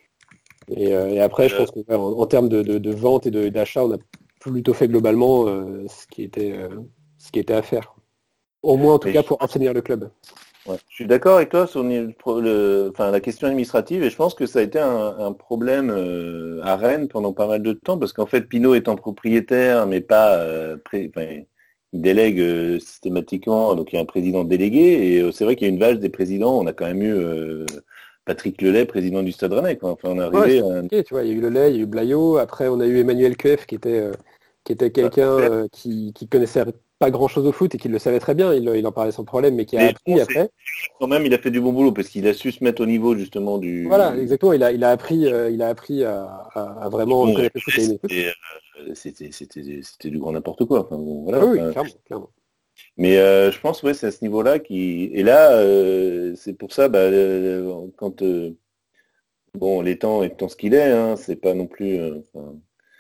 E: Et, euh, et après, je pense qu'en en, en termes de, de, de vente et de, d'achat, on a plutôt fait globalement euh, ce, qui était, euh, ce qui était à faire. Au moins, en tout
C: Mais
E: cas,
C: je-
E: pour assainir le club.
C: Ouais. Je suis d'accord avec toi sur le, le- enfin, la question administrative, et je pense que ça a été un, un problème euh, à Rennes pendant pas mal de temps, parce qu'en fait, Pinot étant propriétaire, mais pas euh, pré- enfin, il délègue euh, systématiquement, donc il y a un président délégué, et euh, c'est vrai qu'il y a une vache des présidents. On a quand même eu euh, Patrick Lelay, président du Stade Rennais, quoi. Enfin, on est
E: Ouais,
C: arrivé
E: c'est
C: à un...
E: compliqué, tu vois. Il y a eu Le Lay, il y a eu Blaillot. Après, on a eu Emmanuel Kef qui était, euh, qui était quelqu'un euh, qui, qui connaissait pas grand-chose au foot et qui le savait très bien. Il, il en parlait sans problème, mais qui a
C: Mais
E: appris
C: bon, c'est-
E: après.
C: quand même, il a fait du bon boulot, parce qu'il a su se mettre au niveau justement
E: Voilà,
C: du...
E: exactement. Il a, il a appris, euh, il a appris à, à- à vraiment
C: Bon,
E: connaître le foot et aimer le foot.
C: c'était, euh, c'était, c'était, c'était du grand n'importe quoi. Enfin, bon,
E: Ah
C: voilà.
E: oui,
C: Enfin,
E: clairement, clairement.
C: mais euh, je pense, ouais, c'est à ce niveau-là qui. Et là, euh, c'est pour ça, bah, euh, quand euh, bon, l'étang étant ce qu'il est, hein, c'est pas non plus. euh, enfin,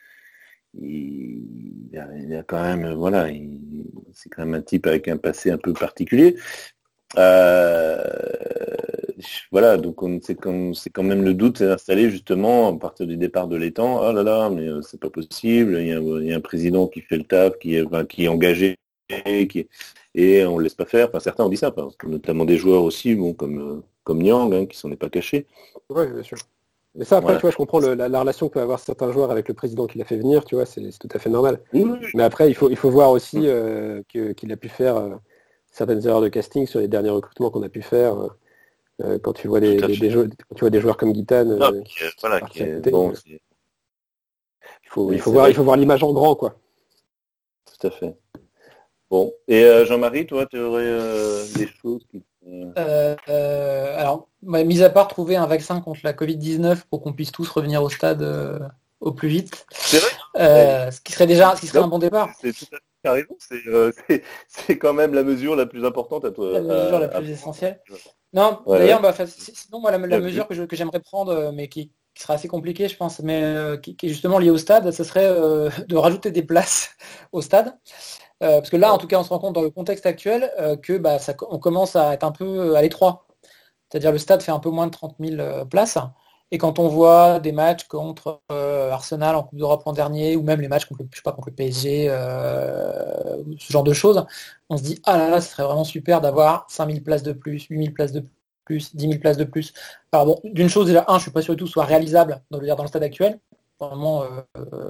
C: il, il y a, il y a quand même, euh, voilà, il- c'est quand même un type avec un passé un peu particulier. Euh, voilà, donc on, c'est, quand, c'est quand même le doute s'est installé justement à partir du départ de l'étang. Oh là là, mais euh, c'est pas possible. Il y, a, il y a un président qui fait le taf, qui est, enfin, qui est engagé, qui est, et on ne le laisse pas faire. Enfin, certains ont dit ça, enfin, notamment des joueurs aussi, bon, comme, euh, comme Nyang, hein, qui s'en est pas caché.
E: Oui, bien sûr. Mais ça, après,
C: Voilà.
E: tu vois, je comprends le- la, la relation que peut avoir certains joueurs avec le président qui l'a fait venir, tu vois, c'est, c'est tout à fait normal.
C: Oui, oui,
E: Mais après, il faut, il faut voir aussi euh, que- qu'il a pu faire euh, certaines erreurs de casting sur les derniers recrutements qu'on a pu faire. euh, euh, quand tu vois des,
C: Tout à
E: des-
C: fait.
E: des joueurs, quand tu vois des joueurs comme Guitane,
C: non,
E: euh,
C: qui, euh, voilà,
E: partis
C: qui
E: à
C: est,
E: côté,
C: bon,
E: euh,
C: c'est-
E: il faut,
C: oui,
E: il faut
C: c'est
E: voir,
C: vrai
E: il faut voir l'image en grand, quoi.
C: tout à fait. Bon, et euh, Jean-Marie, toi, tu aurais euh, des choses qui... euh,
D: Euh, euh, alors, ouais, mis à part trouver un vaccin contre la covid dix-neuf pour qu'on puisse tous revenir au stade euh, au plus vite,
C: C'est vrai.
D: euh, ce qui serait déjà, ce qui serait
C: Non,
D: un bon départ.
C: C'est tout à fait t'as raison, c'est, euh, c'est, c'est quand même la mesure la plus importante à toi.
D: La mesure
C: à-
D: la
C: à
D: plus
C: prendre.
D: essentielle. Non,
C: Ouais,
D: d'ailleurs,
C: ouais.
D: bah, fa- si- sinon, moi, la, la
C: Ouais,
D: mesure que, je- que j'aimerais prendre, euh, mais qui, qui sera assez compliquée, je pense, mais euh, qui, qui est justement liée au stade, ce serait euh, de rajouter des places au stade. Euh, parce que là, en tout cas, on se rend compte dans le contexte actuel euh, que bah, ça, on commence à être un peu à l'étroit. C'est-à-dire le stade fait un peu moins de trente mille euh, places. Et quand on voit des matchs contre euh, Arsenal en Coupe d'Europe l'an dernier, ou même les matchs contre le, je sais pas, contre le P S G, euh, ce genre de choses, on se dit, ah là là, ce serait vraiment super d'avoir cinq mille places de plus, huit mille places de plus, dix mille places de plus. Alors bon, d'une chose, déjà, un, je suis pas sûr du tout que ce soit réalisable dans le, dans le stade actuel. Vraiment, euh,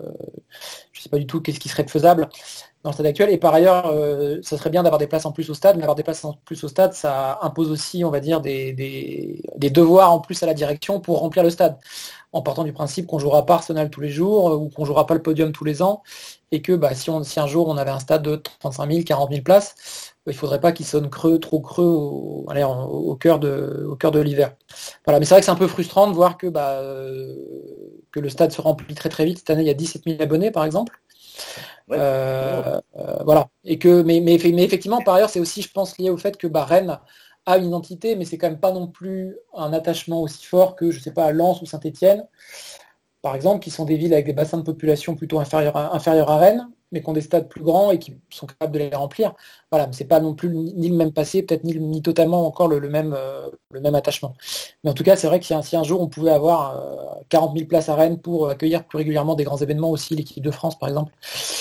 D: je ne sais pas du tout qu'est-ce qui serait faisable dans le stade actuel. Et par ailleurs, euh, ça serait bien d'avoir des places en plus au stade, mais avoir des places en plus au stade, ça impose aussi, on va dire, des, des, des devoirs en plus à la direction pour remplir le stade, en partant du principe qu'on jouera pas Arsenal tous les jours ou qu'on jouera pas le podium tous les ans, et que bah, si, on, si un jour on avait un stade de trente-cinq mille, quarante mille places, il ne faudrait pas qu'il sonne creux, trop creux au, allez, au, au cœur de, au cœur de l'hiver. Voilà, mais c'est vrai que c'est un peu frustrant de voir que, bah, euh, que le stade se remplit très très vite. Cette année, il y a dix-sept mille abonnés, par exemple. Ouais. Euh, euh, voilà. Et que, mais, mais, mais effectivement, par ailleurs, c'est aussi, je pense, lié au fait que bah, Rennes a une identité, mais c'est quand même pas non plus un attachement aussi fort que, je sais pas, à Lens ou Saint-Étienne, par exemple, qui sont des villes avec des bassins de population plutôt inférieurs à, inférieurs à Rennes, mais qui ont des stades plus grands et qui sont capables de les remplir. Voilà, mais c'est pas non plus ni le même passé, peut-être ni, ni totalement encore le, le, même, euh, le même attachement. Mais en tout cas, c'est vrai que si un, si un jour on pouvait avoir euh, quarante mille places à Rennes pour accueillir plus régulièrement des grands événements, aussi l'équipe de France par exemple,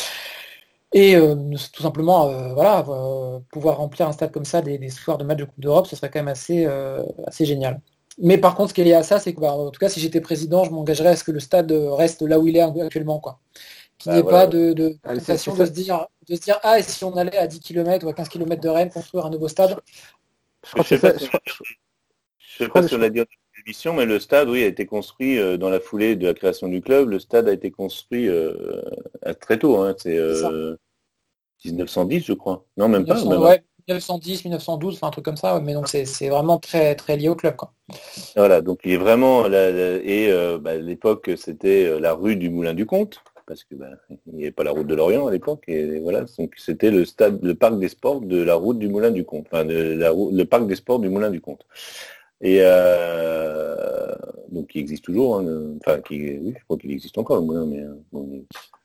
D: et euh, tout simplement euh, voilà, euh, pouvoir remplir un stade comme ça des, des soirs de matchs de Coupe d'Europe, ce serait quand même assez, euh, assez génial. Mais par contre, ce qui est lié à ça, c'est que, bah, en tout cas, si j'étais président, je m'engagerais à ce que le stade reste là où il est actuellement, quoi. Qu'il n'y ait bah, voilà. pas de, de, ah, de tentation de se dire, de se dire, ah, et si on allait à dix kilomètres ou à quinze kilomètres de Rennes construire un nouveau stade.
C: Je ne sais pas, si, je sais pas si on l'a dit en émission, mais le stade, oui, a été construit euh, dans la foulée de la création du club. Le stade a été construit euh, très tôt, hein, c'est euh, dix-neuf cent dix, je crois. Non, même
D: mille neuf cents,
C: pas. Même
D: ouais, mille neuf cent dix, mille neuf cent douze, enfin un truc comme ça, mais donc c'est, c'est vraiment très, très lié au club, quoi.
C: Voilà, donc il est vraiment, la, la, et euh, bah, à l'époque, c'était la rue du Moulin du Comte, parce que bah, il n'y avait pas la route de l'Orient à l'époque, et voilà, donc c'était le stade, le parc des sports de la route du Moulin du Comte, enfin de la, le parc des sports du Moulin du Comte. Et euh, donc il existe toujours, hein, le, enfin qui, oui, je crois qu'il existe encore le moulin, mais bon,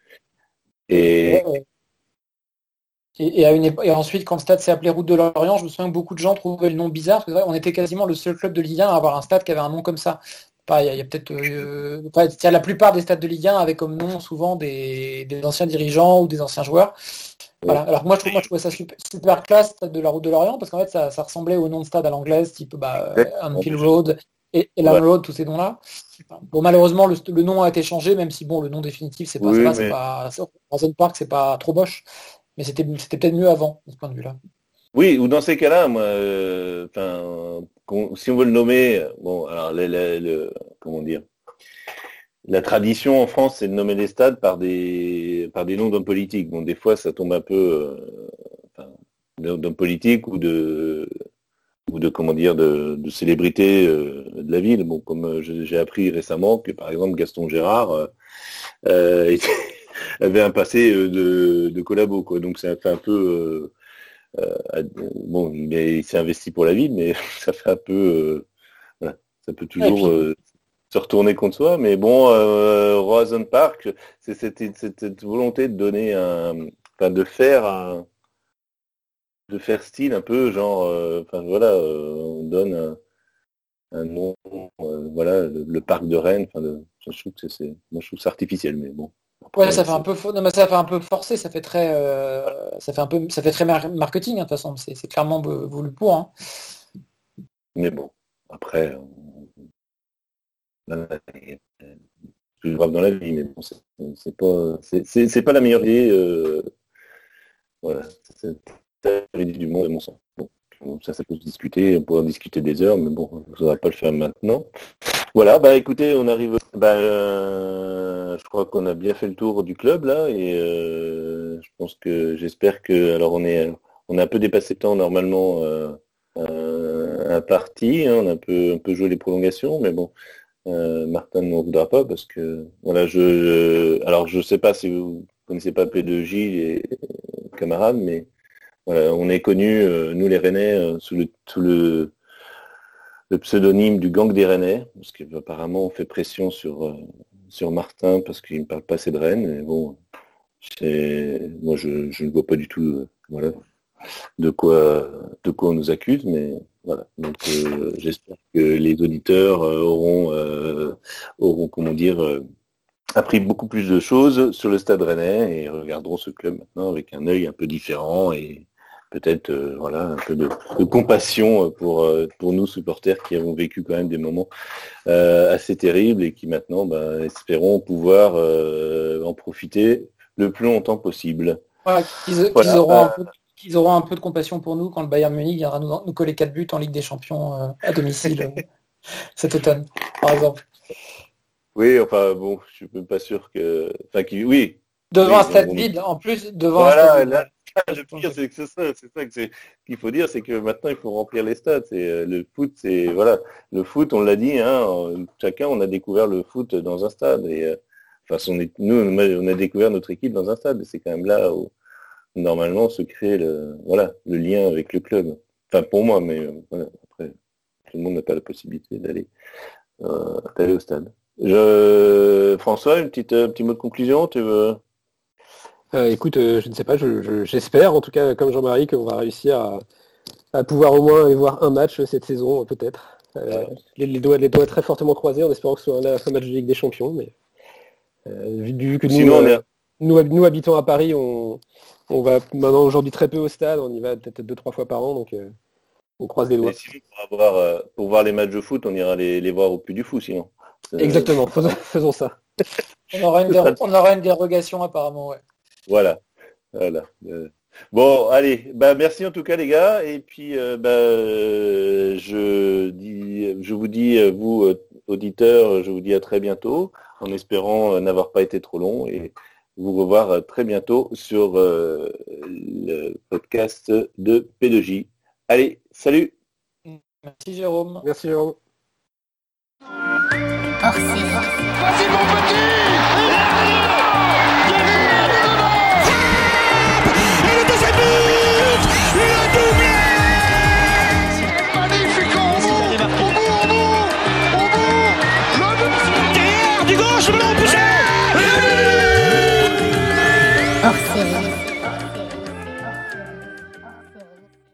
C: et
D: ouais, ouais. Et, et, à une épo- et ensuite, quand le stade s'est appelé Route de l'Orient, je me souviens que beaucoup de gens trouvaient le nom bizarre, parce qu'on était quasiment le seul club de Ligue un à avoir un stade qui avait un nom comme ça. Enfin, il y a, il y a peut-être, euh, enfin, il y a la plupart des stades de Ligue un avaient comme nom souvent des, des anciens dirigeants ou des anciens joueurs. Voilà. Alors moi je, trouve, moi, je trouvais ça super, super classe de la Route de l'Orient, parce qu'en fait, ça, ça ressemblait au nom de stade à l'anglaise, type bah, Anfield Road et Elland ouais. Road, tous ces noms-là. Bon, malheureusement, le, le nom a été changé, même si bon, le nom définitif, c'est pas, oui, c'est pas, mais... c'est pas Horizon Park, c'est pas trop moche. Mais c'était, c'était peut-être mieux avant, de ce point de vue-là.
C: Oui, ou dans ces cas-là, moi, euh, si on veut le nommer, bon, alors, le, le, le, comment dire, la tradition en France, c'est de nommer les stades par des, par des noms d'hommes politiques. Bon, des fois, ça tombe un peu, euh, enfin, d'hommes politiques ou de, ou de, comment dire, de, de célébrités euh, de la ville. Bon, comme j'ai appris récemment que, par exemple, Gaston Gérard euh, euh, était avait un passé de, de collabo, quoi. Donc ça fait un peu euh, euh, bon, il, est, il s'est investi pour la ville, mais ça fait un peu euh, voilà, ça peut toujours puis... euh, se retourner contre soi. Mais bon, euh, Horizon Park, c'est cette, cette, cette volonté de donner un, enfin de faire un, de faire style un peu genre, euh, enfin voilà, euh, on donne un, un nom, euh, voilà, le, le parc de Rennes. Enfin, de, je trouve que c'est, moi je trouve ça artificiel, mais bon.
D: Ouais, ça fait un peu, non, mais ça fait un peu forcé, ça fait très, euh, ça fait un peu, ça fait très marketing, hein, de toute façon, c'est, c'est clairement voulu pour. Hein.
C: Mais bon, après, plus grave dans la vie, mais bon, c'est, c'est pas, c'est, c'est, c'est pas la meilleure idée. Euh, voilà, c'est la idée du monde, à mon sens. Bon, ça, ça peut se discuter, on pourra en discuter des heures, mais bon, ça va pas le faire maintenant. Voilà, bah écoutez, on arrive. Bah, euh, je crois qu'on a bien fait le tour du club là, et euh, je pense que j'espère que, alors on est, on a un peu dépassé le temps normalement euh, euh, imparti, hein, on a un peu, un peu joué les prolongations, mais bon, euh, Martin n'en voudra pas parce que voilà, je, je, alors je sais pas si vous connaissez pas P deux J et camarades, mais voilà, on est connus, euh, nous les Rennais, euh, sous le, sous le le pseudonyme du gang des Rennais, parce qu'apparemment on fait pression sur, euh, sur Martin parce qu'il ne parle pas assez de Rennes, et bon, c'est, moi je, je ne vois pas du tout euh, voilà, de quoi, de quoi on nous accuse, mais voilà, donc euh, j'espère que les auditeurs euh, auront, euh, auront, comment dire, euh, appris beaucoup plus de choses sur le Stade Rennais et regarderont ce club maintenant avec un œil un peu différent et peut-être euh, voilà un peu de, de compassion pour euh, pour nous supporters qui avons vécu quand même des moments euh, assez terribles et qui maintenant, bah, espérons pouvoir euh, en profiter le plus longtemps possible.
D: Ouais, qu'ils,
C: Voilà.
D: qu'ils auront un peu, qu'ils auront un peu de compassion pour nous quand le Bayern Munich viendra nous, nous coller quatre buts en Ligue des Champions euh, à domicile euh, cet automne, par exemple.
C: Oui, enfin bon, je suis même pas sûr que, enfin qui, oui.
D: Devant
C: oui,
D: un stade
C: bon,
D: vide, en plus devant
C: voilà,
D: un stade vide.
C: là, le pire, c'est que c'est ça, c'est ça que c'est, qu'il faut dire, c'est que maintenant il faut remplir les stades. C'est euh, le foot, c'est voilà, le foot, on l'a dit, hein, euh, chacun, on a découvert le foot dans un stade et euh, enfin, on est, nous, on a découvert notre équipe dans un stade. Et c'est quand même là où normalement se crée le, voilà, le lien avec le club. Enfin pour moi, mais euh, voilà, après, tout le monde n'a pas la possibilité d'aller, euh, d'aller au stade. Je... François, une petite, un petit mot de conclusion, tu veux?
E: Euh, écoute, euh, je ne sais pas, je, je- j'espère en tout cas comme Jean-Marie qu'on va réussir à, à pouvoir au moins aller voir un match cette saison, peut-être. Euh, les, les doigts, les doigts très fortement croisés en espérant que ce soit un, un match de Ligue des Champions, mais euh, vu, vu que nous,
C: Sinon, on
E: euh,
C: est...
E: nous, hab- nous habitons à Paris, on, on va maintenant aujourd'hui très peu au stade, on y va peut-être deux, trois fois par an, donc euh, on croise les doigts.
C: Et sinon, pour, avoir, euh, pour voir les matchs de foot, on ira les, les voir au Puy du Fou, sinon. Euh,
E: Exactement, faisons, faisons ça.
D: On aura une, déro- on aura une dérogation apparemment, ouais.
C: Voilà. Voilà. Euh, Bon, allez, bah merci en tout cas les gars, et puis euh, bah, euh, je dis, je vous dis, euh, vous euh, auditeurs, je vous dis à très bientôt, en espérant euh, n'avoir pas été trop long et vous revoir euh, très bientôt sur euh, le podcast de P deux J. Allez, salut.
D: Merci Jérôme.
E: Merci Jérôme.
A: Hors série.
B: Vas-y mon petit. Et le deuxième but. Il a doublé. Magnifique au bout, au bout, au bout, au bout. Le but derrière du gauche, le